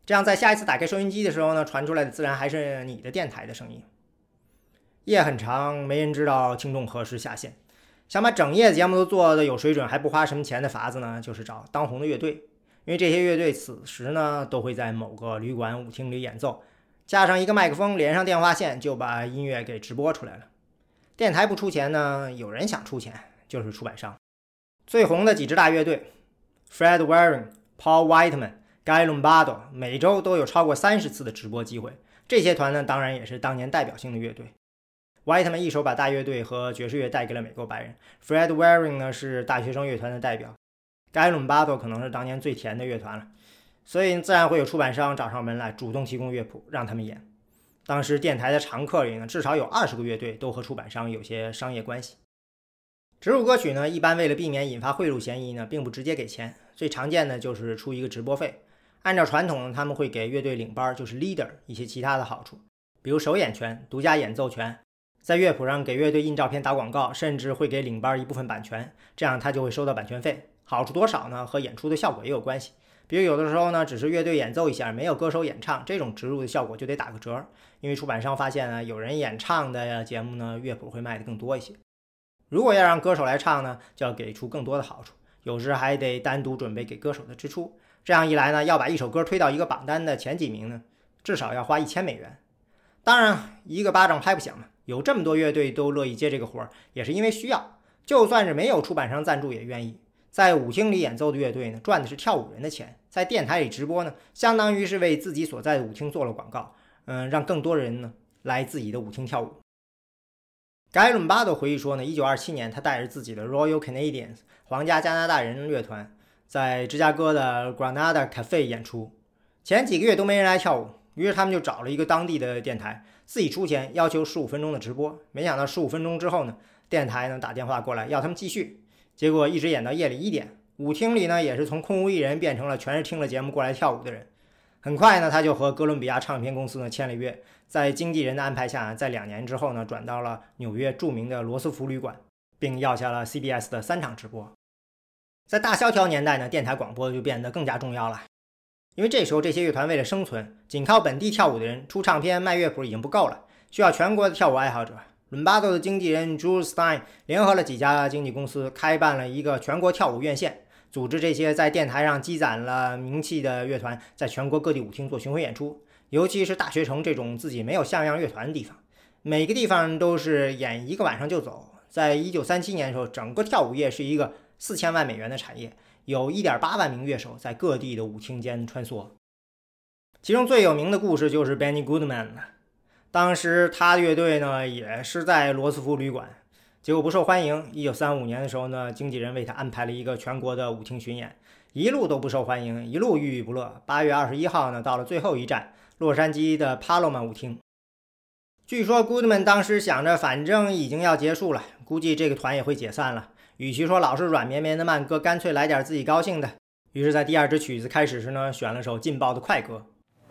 Speaker 1: 这样在下一次打开收音机的时候呢，传出来的自然还是你的电台的声音。夜很长，没人知道听众何时下线。想把整夜节目都做的有水准还不花什么钱的法子呢，就是找当红的乐队，因为这些乐队此时呢都会在某个旅馆舞厅里演奏，加上一个麦克风，连上电话线就把音乐给直播出来了。电台不出钱呢，有人想出钱，就是出版商。最红的几支大乐队 Fred Waring、Paul Whiteman、Guy Lombardo 每周都有超过30次的直播机会，这些团呢当然也是当年代表性的乐队。Whiteman 一手把大乐队和爵士乐带给了美国白人， Fred Waring 呢是大学生乐团的代表， Guy Lombardo 可能是当年最甜的乐团了，所以自然会有出版商找上门来主动提供乐谱让他们演。当时电台的常客里呢，至少有20个乐队都和出版商有些商业关系。植入歌曲呢，一般为了避免引发贿赂嫌疑呢，并不直接给钱，最常见的就是出一个直播费。按照传统，他们会给乐队领班，就是 leader 一些其他的好处，比如首演权、独家演奏权，在乐谱上给乐队印照片打广告，甚至会给领班一部分版权，这样他就会收到版权费。好处多少呢？和演出的效果也有关系。比如有的时候呢，只是乐队演奏一下，没有歌手演唱，这种植入的效果就得打个折，因为出版商发现呢，有人演唱的节目呢，乐谱会卖得更多一些。如果要让歌手来唱呢，就要给出更多的好处，有时还得单独准备给歌手的支出。这样一来呢，要把一首歌推到一个榜单的前几名呢，至少要花$1000。当然，一个巴掌拍不响嘛，有这么多乐队都乐意接这个活，也是因为需要。就算是没有出版商赞助也愿意。在舞厅里演奏的乐队呢，赚的是跳舞人的钱；在电台里直播呢，相当于是为自己所在的舞厅做了广告，让更多人呢来自己的舞厅跳舞。盖伦巴多回忆说呢，1927年他带着自己的 Royal Canadians 皇家加拿大人乐团在芝加哥的 Granada Cafe 演出，前几个月都没人来跳舞，于是他们就找了一个当地的电台，自己出钱要求15分钟的直播。没想到15分钟之后呢，电台呢打电话过来要他们继续，结果一直演到夜里1点，舞厅里呢也是从空无一人变成了全是听了节目过来跳舞的人。很快呢，他就和哥伦比亚唱片公司呢签了约，在经纪人的安排下，在2年之后呢，转到了纽约著名的罗斯福旅馆，并要下了 CBS 的3场直播。在大萧条年代呢，电台广播就变得更加重要了，因为这时候这些乐团为了生存，仅靠本地跳舞的人出唱片卖乐谱已经不够了，需要全国的跳舞爱好者。伦巴多的经纪人 Jules Stein 联合了几家经纪公司，开办了一个全国跳舞院线，组织这些在电台上积攒了名气的乐团在全国各地舞厅做巡回演出，尤其是大学城这种自己没有像样乐团的地方，每个地方都是演1个晚上就走。在1937年的时候，整个跳舞业是一个$4000万的产业，有1.8万名乐手在各地的舞厅间穿梭。其中最有名的故事就是 Benny Goodman 了。当时他的乐队呢也是在罗斯福旅馆，结果不受欢迎。1935年的时候呢，经纪人为他安排了一个全国的舞厅巡演，一路都不受欢迎，一路郁郁不乐。8月21号呢，到了最后一站洛杉矶的帕洛曼舞厅。据说 Goodman 当时想着反正已经要结束了，估计这个团也会解散了，与其说老是软绵绵的慢歌，干脆来点自己高兴的。于是在第2支曲子开始时呢，选了首劲爆的快歌。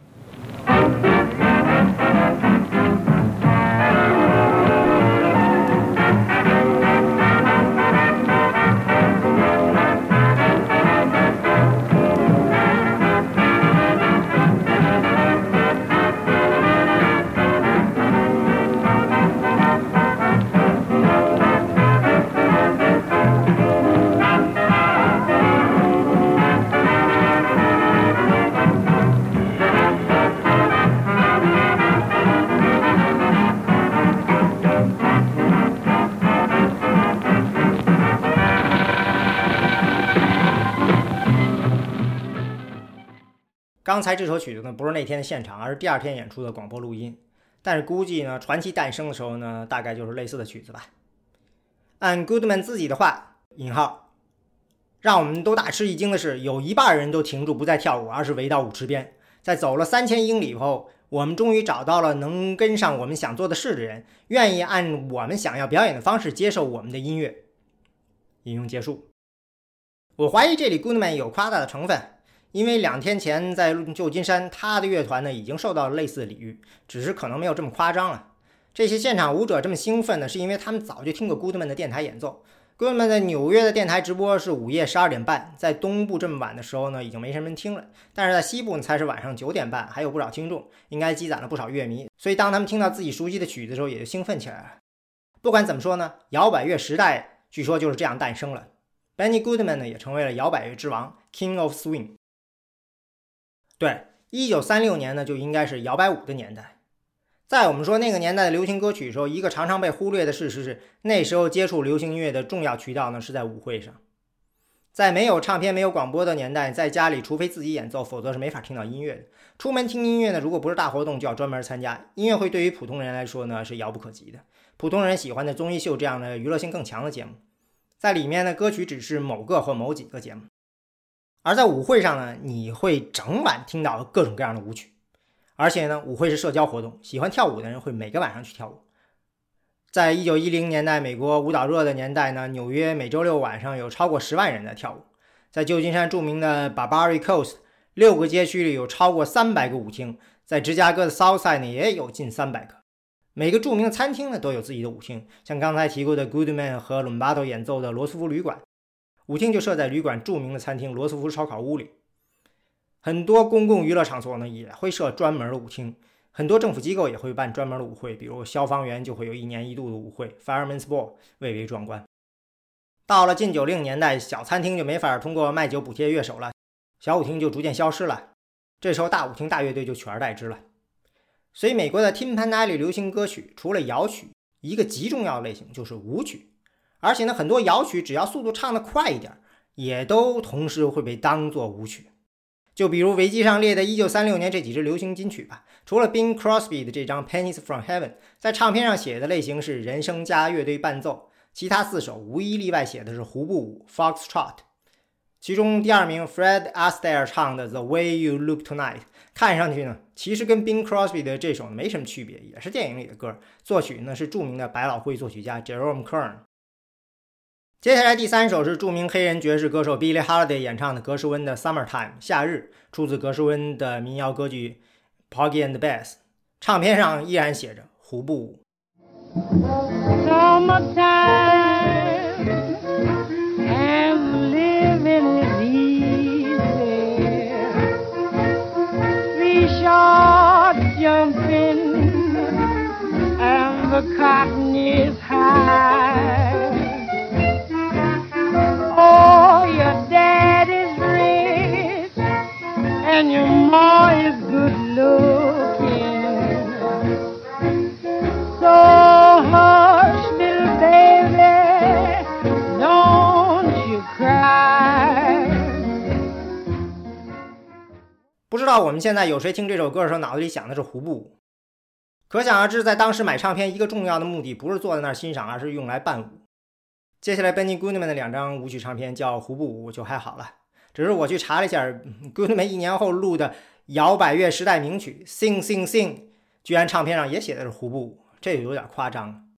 Speaker 1: 刚才这首曲子呢，不是那天的现场，而是第2天演出的广播录音。但是估计呢，传奇诞生的时候呢，大概就是类似的曲子吧。按 Goodman 自己的话，引号，让我们都大吃一惊的是，有1半人都停住不再跳舞，而是围到舞池边。在走了3000英里后，我们终于找到了能跟上我们想做的事的人，愿意按我们想要表演的方式接受我们的音乐。引用结束。我怀疑这里 Goodman 有夸大的成分。因为2天前在旧金山，他的乐团呢已经受到了类似的礼遇，只是可能没有这么夸张了。这些现场舞者这么兴奋呢，是因为他们早就听过 Goodman 的电台演奏。 Goodman 在纽约的电台直播是午夜12点半，在东部这么晚的时候呢，已经没什么人听了，但是在西部呢才是晚上9点半，还有不少听众，应该积攒了不少乐迷，所以当他们听到自己熟悉的曲子的时候，也就兴奋起来了。不管怎么说呢，摇摆乐时代据说就是这样诞生了。Benny Goodman 呢也成为了摇摆乐之王 King of Swing。 对，1936年呢就应该是摇摆舞的年代。在我们说那个年代的流行歌曲的时候，一个常常被忽略的事实是，那时候接触流行音乐的重要渠道呢是在舞会上。在没有唱片没有广播的年代，在家里除非自己演奏，否则是没法听到音乐的。出门听音乐呢，如果不是大活动就要专门参加。音乐会对于普通人来说呢是遥不可及的，普通人喜欢的综艺秀这样的娱乐性更强的节目，在里面呢歌曲只是某个或某几个节目。而在舞会上呢，你会整晚听到各种各样的舞曲，而且呢舞会是社交活动，喜欢跳舞的人会每个晚上去跳舞。在1910年代美国舞蹈热的年代呢，纽约每周六晚上有超过10万人在跳舞。在旧金山著名的 Barbary Coast 6个街区里有超过300个舞厅，在芝加哥的 Southside 呢也有近300个。每个著名的餐厅呢都有自己的舞厅，像刚才提过的 Goodman 和 Lombardo 演奏的罗斯福旅馆，舞厅就设在旅馆著名的餐厅罗斯福烧烤屋里。很多公共娱乐场所呢也会设专门的舞厅，很多政府机构也会办专门的舞会，比如消防员就会有1年1度的舞会 Fireman's Ball， 蔚为壮观。到了近90年代，小餐厅就没法通过卖酒补贴乐手了，小舞厅就逐渐消失了，这时候大舞厅大乐队就取而代之了。所以美国的 Tin Pan Alley 流行歌曲除了摇曲，一个极重要的类型就是舞曲，而且呢很多摇曲只要速度唱得快一点，也都同时会被当作舞曲。就比如维基上列的1936年这几支流行金曲吧，除了 Bing Crosby 的这张 Pennies from Heaven 在唱片上写的类型是人声加乐队伴奏，其他4首无一例外写的是胡步舞 Foxtrot。 其中第2名 Fred Astaire 唱的 The Way You Look Tonight 看上去呢其实跟 Bing Crosby 的这首没什么区别，也是电影里的歌，作曲呢是著名的百老汇作曲家 Jerome Kern。 接下来第3首是著名黑人爵士歌手 Billie Holiday 演唱的格什温的 Summertime 夏日，出自格什温的民谣歌剧 Porgy and Bess， 唱片上依然写着胡步舞。
Speaker 4: Summertime and living is easy, three short jumping and the cotton is high.Oh, your dad is rich and your ma is good looking. So hush, little baby, don't you cry.
Speaker 1: 不知道我们现在有谁听这首歌的时候脑子里想的是胡步舞？可想而知，在当时买唱片一个重要的目的不是坐在那儿欣赏，而是用来伴舞。接下来 Benny Goodman 的2张舞曲唱片叫胡步舞就还好了，只是我去查了一下 Goodman 1年后录的摇摆乐时代名曲 Sing Sing Sing 居然唱片上也写的是胡步舞，这有点夸张了。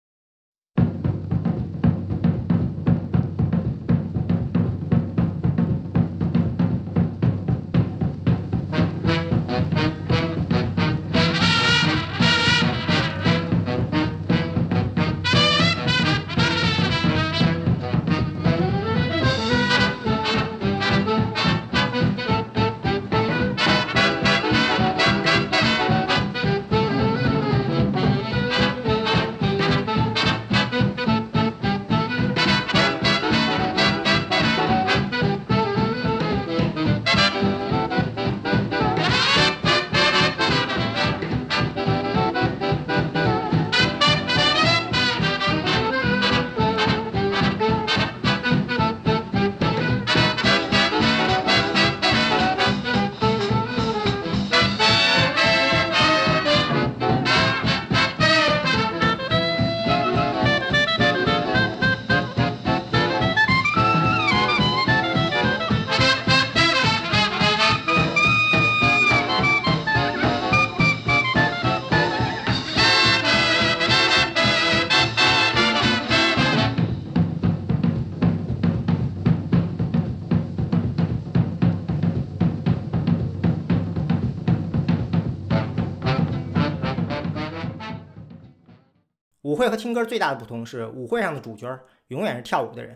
Speaker 1: 舞会和听歌最大的不同是，舞会上的主角永远是跳舞的人，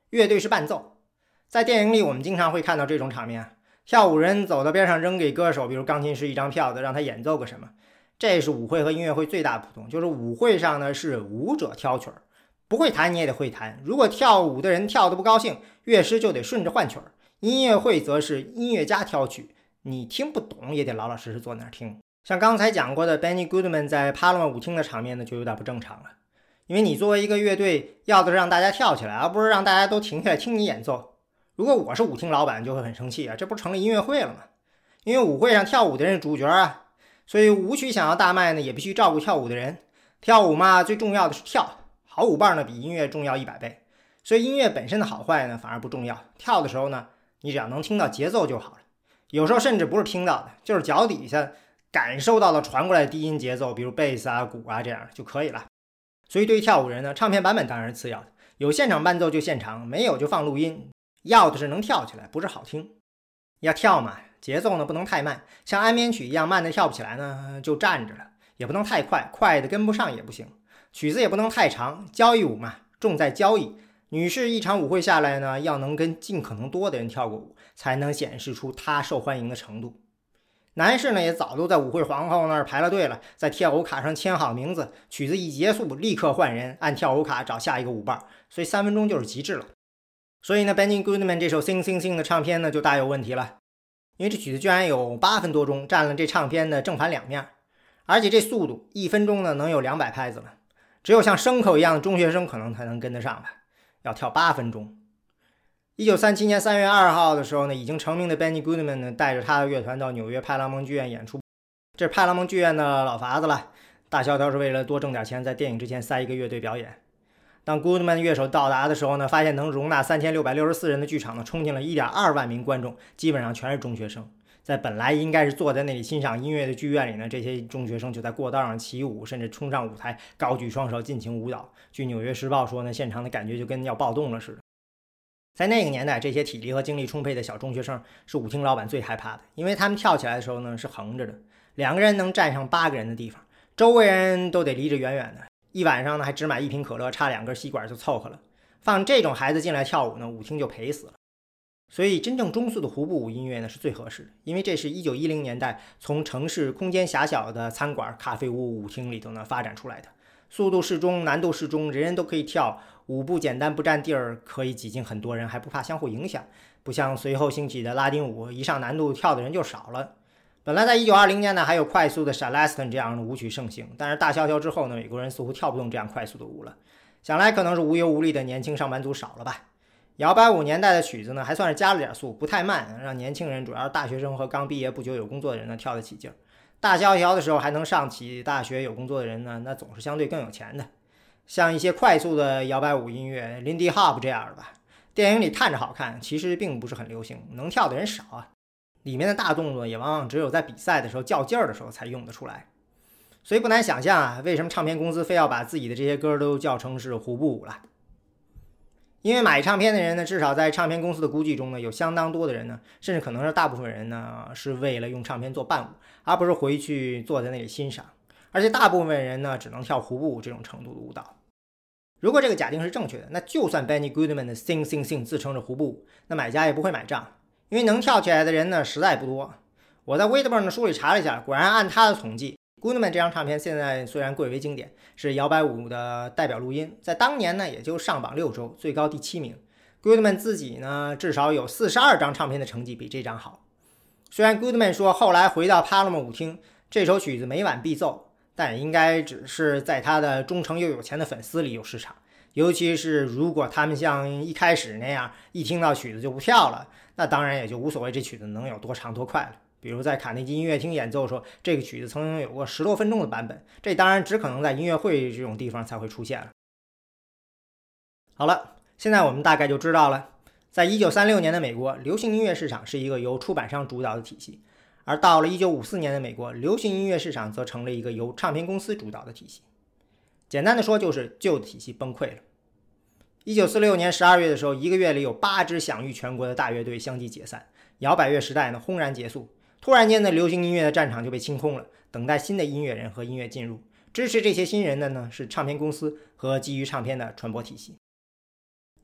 Speaker 1: 乐队是伴奏。在电影里我们经常会看到这种场面，跳舞人走到边上扔给歌手，比如钢琴师一张票子让他演奏个什么。这是舞会和音乐会最大不同，就是舞会上呢是舞者挑曲儿，不会弹你也得会弹，如果跳舞的人跳得不高兴，乐师就得顺着换曲儿。音乐会则是音乐家挑曲，你听不懂也得老老实实坐那儿听。像刚才讲过的 Benny Goodman 在帕拉蒙舞厅的场面呢就有点不正常了，因为你作为一个乐队要的是让大家跳起来，而不是让大家都停下来听你演奏。如果我是舞厅老板就会很生气啊，这不成了音乐会了吗？因为舞会上跳舞的人是主角啊，所以舞曲想要大卖呢也必须照顾跳舞的人。跳舞嘛最重要的是跳，好舞伴呢比音乐重要100倍，所以音乐本身的好坏呢反而不重要，跳的时候呢你只要能听到节奏就好了，有时候甚至不是听到的，就是脚底下感受到了传过来的低音节奏，比如贝斯啊鼓啊这样就可以了。所以对于跳舞人呢，唱片版本当然是次要的，有现场伴奏就现场，没有就放录音，要的是能跳起来，不是好听。要跳嘛，节奏呢不能太慢，像安眠曲一样慢的跳不起来呢就站着了，也不能太快，快的跟不上也不行。曲子也不能太长，交谊舞嘛重在交谊，女士一场舞会下来呢要能跟尽可能多的人跳过舞，才能显示出她受欢迎的程度。男士呢也早都在舞会皇后那儿排了队了，在跳舞卡上签好名字，曲子一结束立刻换人，按跳舞卡找下一个舞伴，所以3分钟就是极致了。所以呢 Benny Goodman 这首 Sing Sing Sing 的唱片呢就大有问题了，因为这曲子居然有8分多钟，占了这唱片的正反两面，而且这速度1分钟呢能有200拍子了，只有像牲口一样的中学生可能才能跟得上吧，要跳8分钟。1937年3月2号的时候呢，已经成名的 Benny Goodman 呢带着他的乐团到纽约派拉蒙剧院演出，这是派拉蒙剧院的老法子了，大萧条是为了多挣点钱，在电影之前塞一个乐队表演。当 Goodman 乐手到达的时候呢，发现能容纳3664人的剧场呢冲进了1.2万名观众，基本上全是中学生。在本来应该是坐在那里欣赏音乐的剧院里呢，这些中学生就在过道上起舞，甚至冲上舞台高举双手尽情舞蹈。据纽约时报说呢，现场的感觉就跟要暴动了似的。在那个年代，这些体力和精力充沛的小中学生是舞厅老板最害怕的，因为他们跳起来的时候呢是横着的，2个人能站上8个人的地方，周围人都得离着远远的，一晚上呢还只买1瓶可乐，插2根吸管就凑合了。放这种孩子进来跳舞呢，舞厅就赔死了。所以真正中速的胡步舞音乐呢是最合适的，因为这是1910年代从城市空间狭小的餐馆、咖啡屋、舞厅里头呢发展出来的，速度适中，难度适中，人人都可以跳，舞步简单不占地儿，可以挤进很多人，还不怕相互影响，不像随后兴起的拉丁舞，一上难度跳的人就少了。本来在1920年呢还有快速的 Charleston 这样的舞曲盛行，但是大萧条之后呢，美国人似乎跳不动这样快速的舞了，想来可能是无忧无虑的年轻上班族少了吧。摇摆舞年代的曲子呢还算是加了点速，不太慢，让年轻人，主要是大学生和刚毕业不久有工作的人呢跳得起劲儿。大萧条的时候还能上起大学有工作的人呢，那总是相对更有钱的。像一些快速的摇摆舞音乐 Lindy Hop 这样的吧，电影里看着好看，其实并不是很流行，能跳的人少啊。里面的大动作也往往只有在比赛的时候较劲儿的时候才用得出来，所以不难想象啊，为什么唱片公司非要把自己的这些歌都叫成是胡步舞了。因为买唱片的人呢，至少在唱片公司的估计中呢，有相当多的人呢，甚至可能是大部分人呢，是为了用唱片做伴舞，而不是回去坐在那里欣赏。而且大部分人呢，只能跳胡步舞这种程度的舞蹈。如果这个假定是正确的，那就算 Benny Goodman 的 Sing Sing Sing 自称是胡步舞，那买家也不会买账，因为能跳起来的人呢，实在不多。我在 Whitburn 的书里查了一下，果然按他的统计，Goodman 这张唱片现在虽然贵为经典，是摇摆舞的代表录音，在当年呢也就上榜6周，最高第7名。Goodman 自己呢至少有42张唱片的成绩比这张好。虽然 Goodman 说后来回到帕拉蒙舞厅，这首曲子每晚必奏，但应该只是在他的忠诚又有钱的粉丝里有市场。尤其是如果他们像一开始那样一听到曲子就不跳了，那当然也就无所谓这曲子能有多长多快了。比如在卡内基音乐厅演奏的时候，这个曲子曾经有过10多分钟的版本，这当然只可能在音乐会这种地方才会出现了。好了，现在我们大概就知道了，在1936年的美国，流行音乐市场是一个由出版商主导的体系，而到了1954年的美国，流行音乐市场则成了一个由唱片公司主导的体系。简单的说，就是旧的体系崩溃了。1946年12月的时候，一个月里有8支享誉全国的大乐队相继解散，摇摆乐时代呢轰然结束。突然间的流行音乐的战场就被清空了，等待新的音乐人和音乐进入。支持这些新人的呢是唱片公司和基于唱片的传播体系。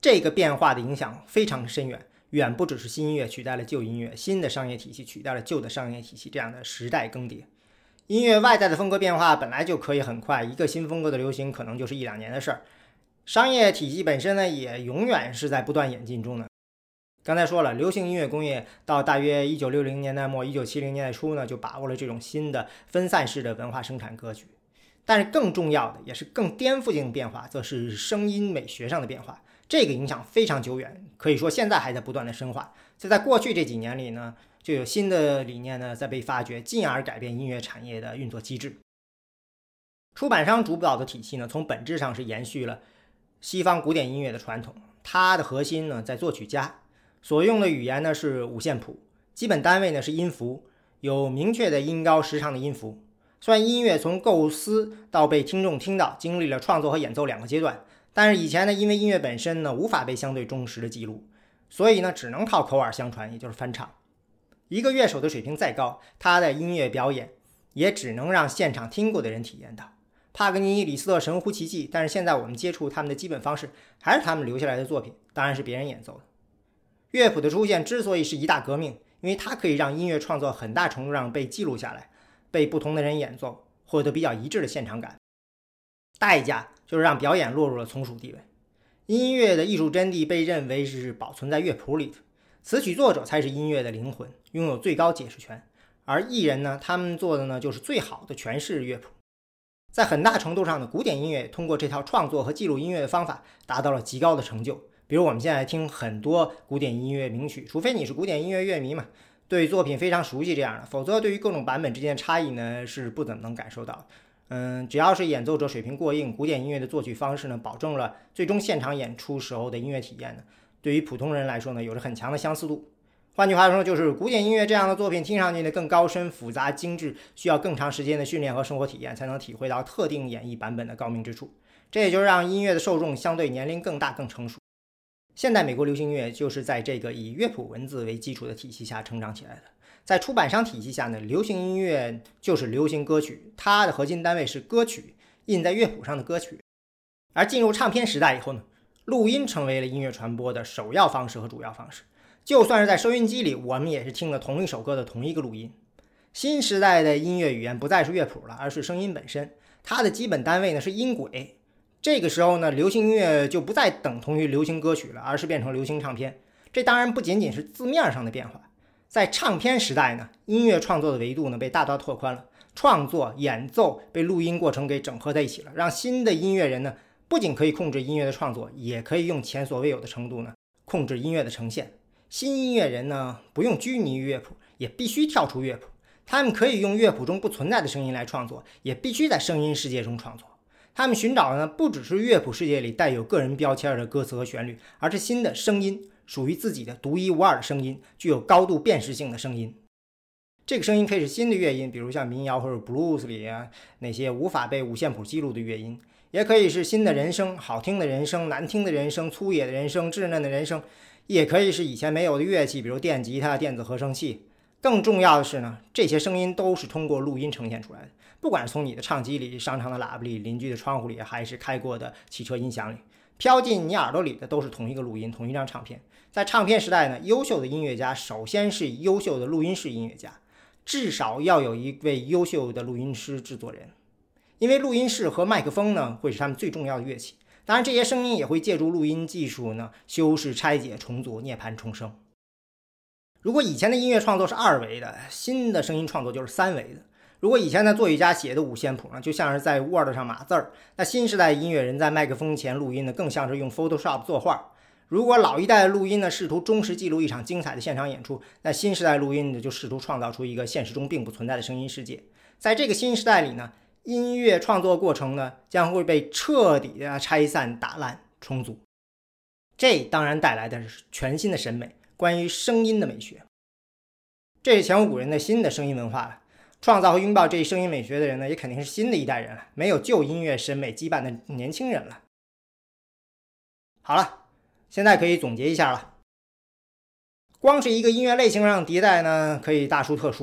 Speaker 1: 这个变化的影响非常深远，远不只是新音乐取代了旧音乐，新的商业体系取代了旧的商业体系这样的时代更迭。音乐外在的风格变化本来就可以很快，一个新风格的流行可能就是1-2年的事儿。商业体系本身呢，也永远是在不断演进中的。刚才说了，流行音乐工业到大约1960年代末1970年代初呢，就把握了这种新的分散式的文化生产格局。但是更重要的也是更颠覆性的变化，则是声音美学上的变化。这个影响非常久远，可以说现在还在不断的深化。就在过去这几年里呢，就有新的理念呢在被发掘，进而改变音乐产业的运作机制。出版商主导的体系呢，从本质上是延续了西方古典音乐的传统，它的核心呢在作曲家，所用的语言呢是五线谱，基本单位呢是音符，有明确的音高时长的音符。虽然音乐从构思到被听众听到经历了创作和演奏2个阶段，但是以前呢，因为音乐本身呢无法被相对忠实的记录，所以呢只能靠口耳相传，也就是翻唱。一个乐手的水平再高，他的音乐表演也只能让现场听过的人体验到。帕格尼、李斯特神乎其技，但是现在我们接触他们的基本方式还是他们留下来的作品，当然是别人演奏的。乐谱的出现之所以是一大革命，因为它可以让音乐创作很大程度上被记录下来，被不同的人演奏，获得比较一致的现场感。代价就是让表演落入了从属地位。音乐的艺术真谛被认为是保存在乐谱里的，词曲作者才是音乐的灵魂，拥有最高解释权。而艺人呢，他们做的呢就是最好的诠释乐谱。在很大程度上呢，古典音乐通过这套创作和记录音乐的方法达到了极高的成就。比如我们现在听很多古典音乐名曲，除非你是古典音乐乐迷嘛，对作品非常熟悉这样的，否则对于各种版本之间的差异呢是不怎么能感受到。只要是演奏者水平过硬，古典音乐的作曲方式呢保证了最终现场演出时候的音乐体验呢，对于普通人来说呢有着很强的相似度。换句话说，就是古典音乐这样的作品听上去呢更高深、复杂、精致，需要更长时间的训练和生活体验才能体会到特定演绎版本的高明之处。这也就是让音乐的受众相对年龄更大、更成熟。现代美国流行音乐就是在这个以乐谱文字为基础的体系下成长起来的。在出版商体系下呢，流行音乐就是流行歌曲，它的核心单位是歌曲，印在乐谱上的歌曲。而进入唱片时代以后呢，录音成为了音乐传播的首要方式和主要方式。就算是在收音机里，我们也是听了同一首歌的同一个录音。新时代的音乐语言不再是乐谱了，而是声音本身，它的基本单位呢是音轨。这个时候呢，流行音乐就不再等同于流行歌曲了，而是变成流行唱片。这当然不仅仅是字面上的变化。在唱片时代呢，音乐创作的维度呢被大大拓宽了，创作、演奏被录音过程给整合在一起了，让新的音乐人呢不仅可以控制音乐的创作，也可以用前所未有的程度呢控制音乐的呈现。新音乐人呢不用拘泥于乐谱，也必须跳出乐谱，他们可以用乐谱中不存在的声音来创作，也必须在声音世界中创作。他们寻找的呢不只是乐谱世界里带有个人标签的歌词和旋律，而是新的声音，属于自己的独一无二的声音，具有高度辨识性的声音。这个声音可以是新的乐音，比如像民谣或者 blues 里那些无法被五线谱记录的乐音，也可以是新的人声，好听的人声、难听的人声、粗野的人声、稚嫩的人声，也可以是以前没有的乐器，比如电吉他、电子合成器。更重要的是呢，这些声音都是通过录音呈现出来的，不管是从你的唱机里、商场的喇叭里、邻居的窗户里，还是开过的汽车音响里，飘进你耳朵里的都是同一个录音、同一张唱片。在唱片时代呢，优秀的音乐家首先是优秀的录音室音乐家，至少要有一位优秀的录音师制作人，因为录音室和麦克风呢会是他们最重要的乐器。当然这些声音也会借助录音技术呢修饰、拆解、重组、涅槃、重生。如果以前的音乐创作是2维的，新的声音创作就是3维的。如果以前的作曲家写的五线谱呢就像是在 Word 上码字儿，那新时代音乐人在麦克风前录音呢更像是用 Photoshop 作画。如果老一代的录音呢试图忠实记录一场精彩的现场演出，那新时代录音呢就试图创造出一个现实中并不存在的声音世界。在这个新时代里呢，音乐创作过程呢将会被彻底的拆散、打烂、重组。这当然带来的是全新的审美，关于声音的美学。这是前无古人的新的声音文化了。创造和拥抱这一声音美学的人呢，也肯定是新的一代人了，没有旧音乐审美羁绊的年轻人了。好了，现在可以总结一下了。光是一个音乐类型上迭代呢，可以大书特书，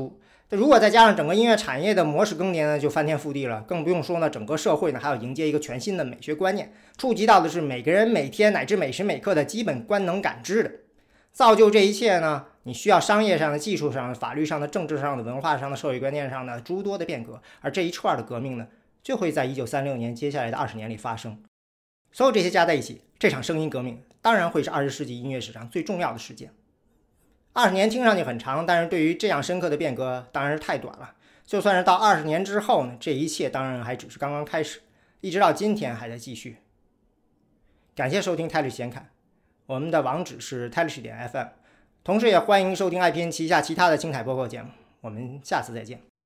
Speaker 1: 如果再加上整个音乐产业的模式更迭呢，就翻天覆地了。更不用说呢，整个社会呢还要迎接一个全新的美学观念，触及到的是每个人每天乃至每时每刻的基本官能感知的。造就这一切呢，你需要商业上的、技术上的、法律上的、政治上的、文化上的、社会观念上的诸多的变革。而这一串的革命呢，就会在1936年接下来的20年里发生。所有这些加在一起，这场声音革命当然会是20世纪音乐史上最重要的事件。20年听上去很长，但是对于这样深刻的变革当然是太短了。就算是到20年之后呢，这一切当然还只是刚刚开始，一直到今天还在继续。感谢收听 Talish 显侃，我们的网址是 Talish.fm， 同时也欢迎收听IPN 旗下其他的精彩播客节目。我们下次再见。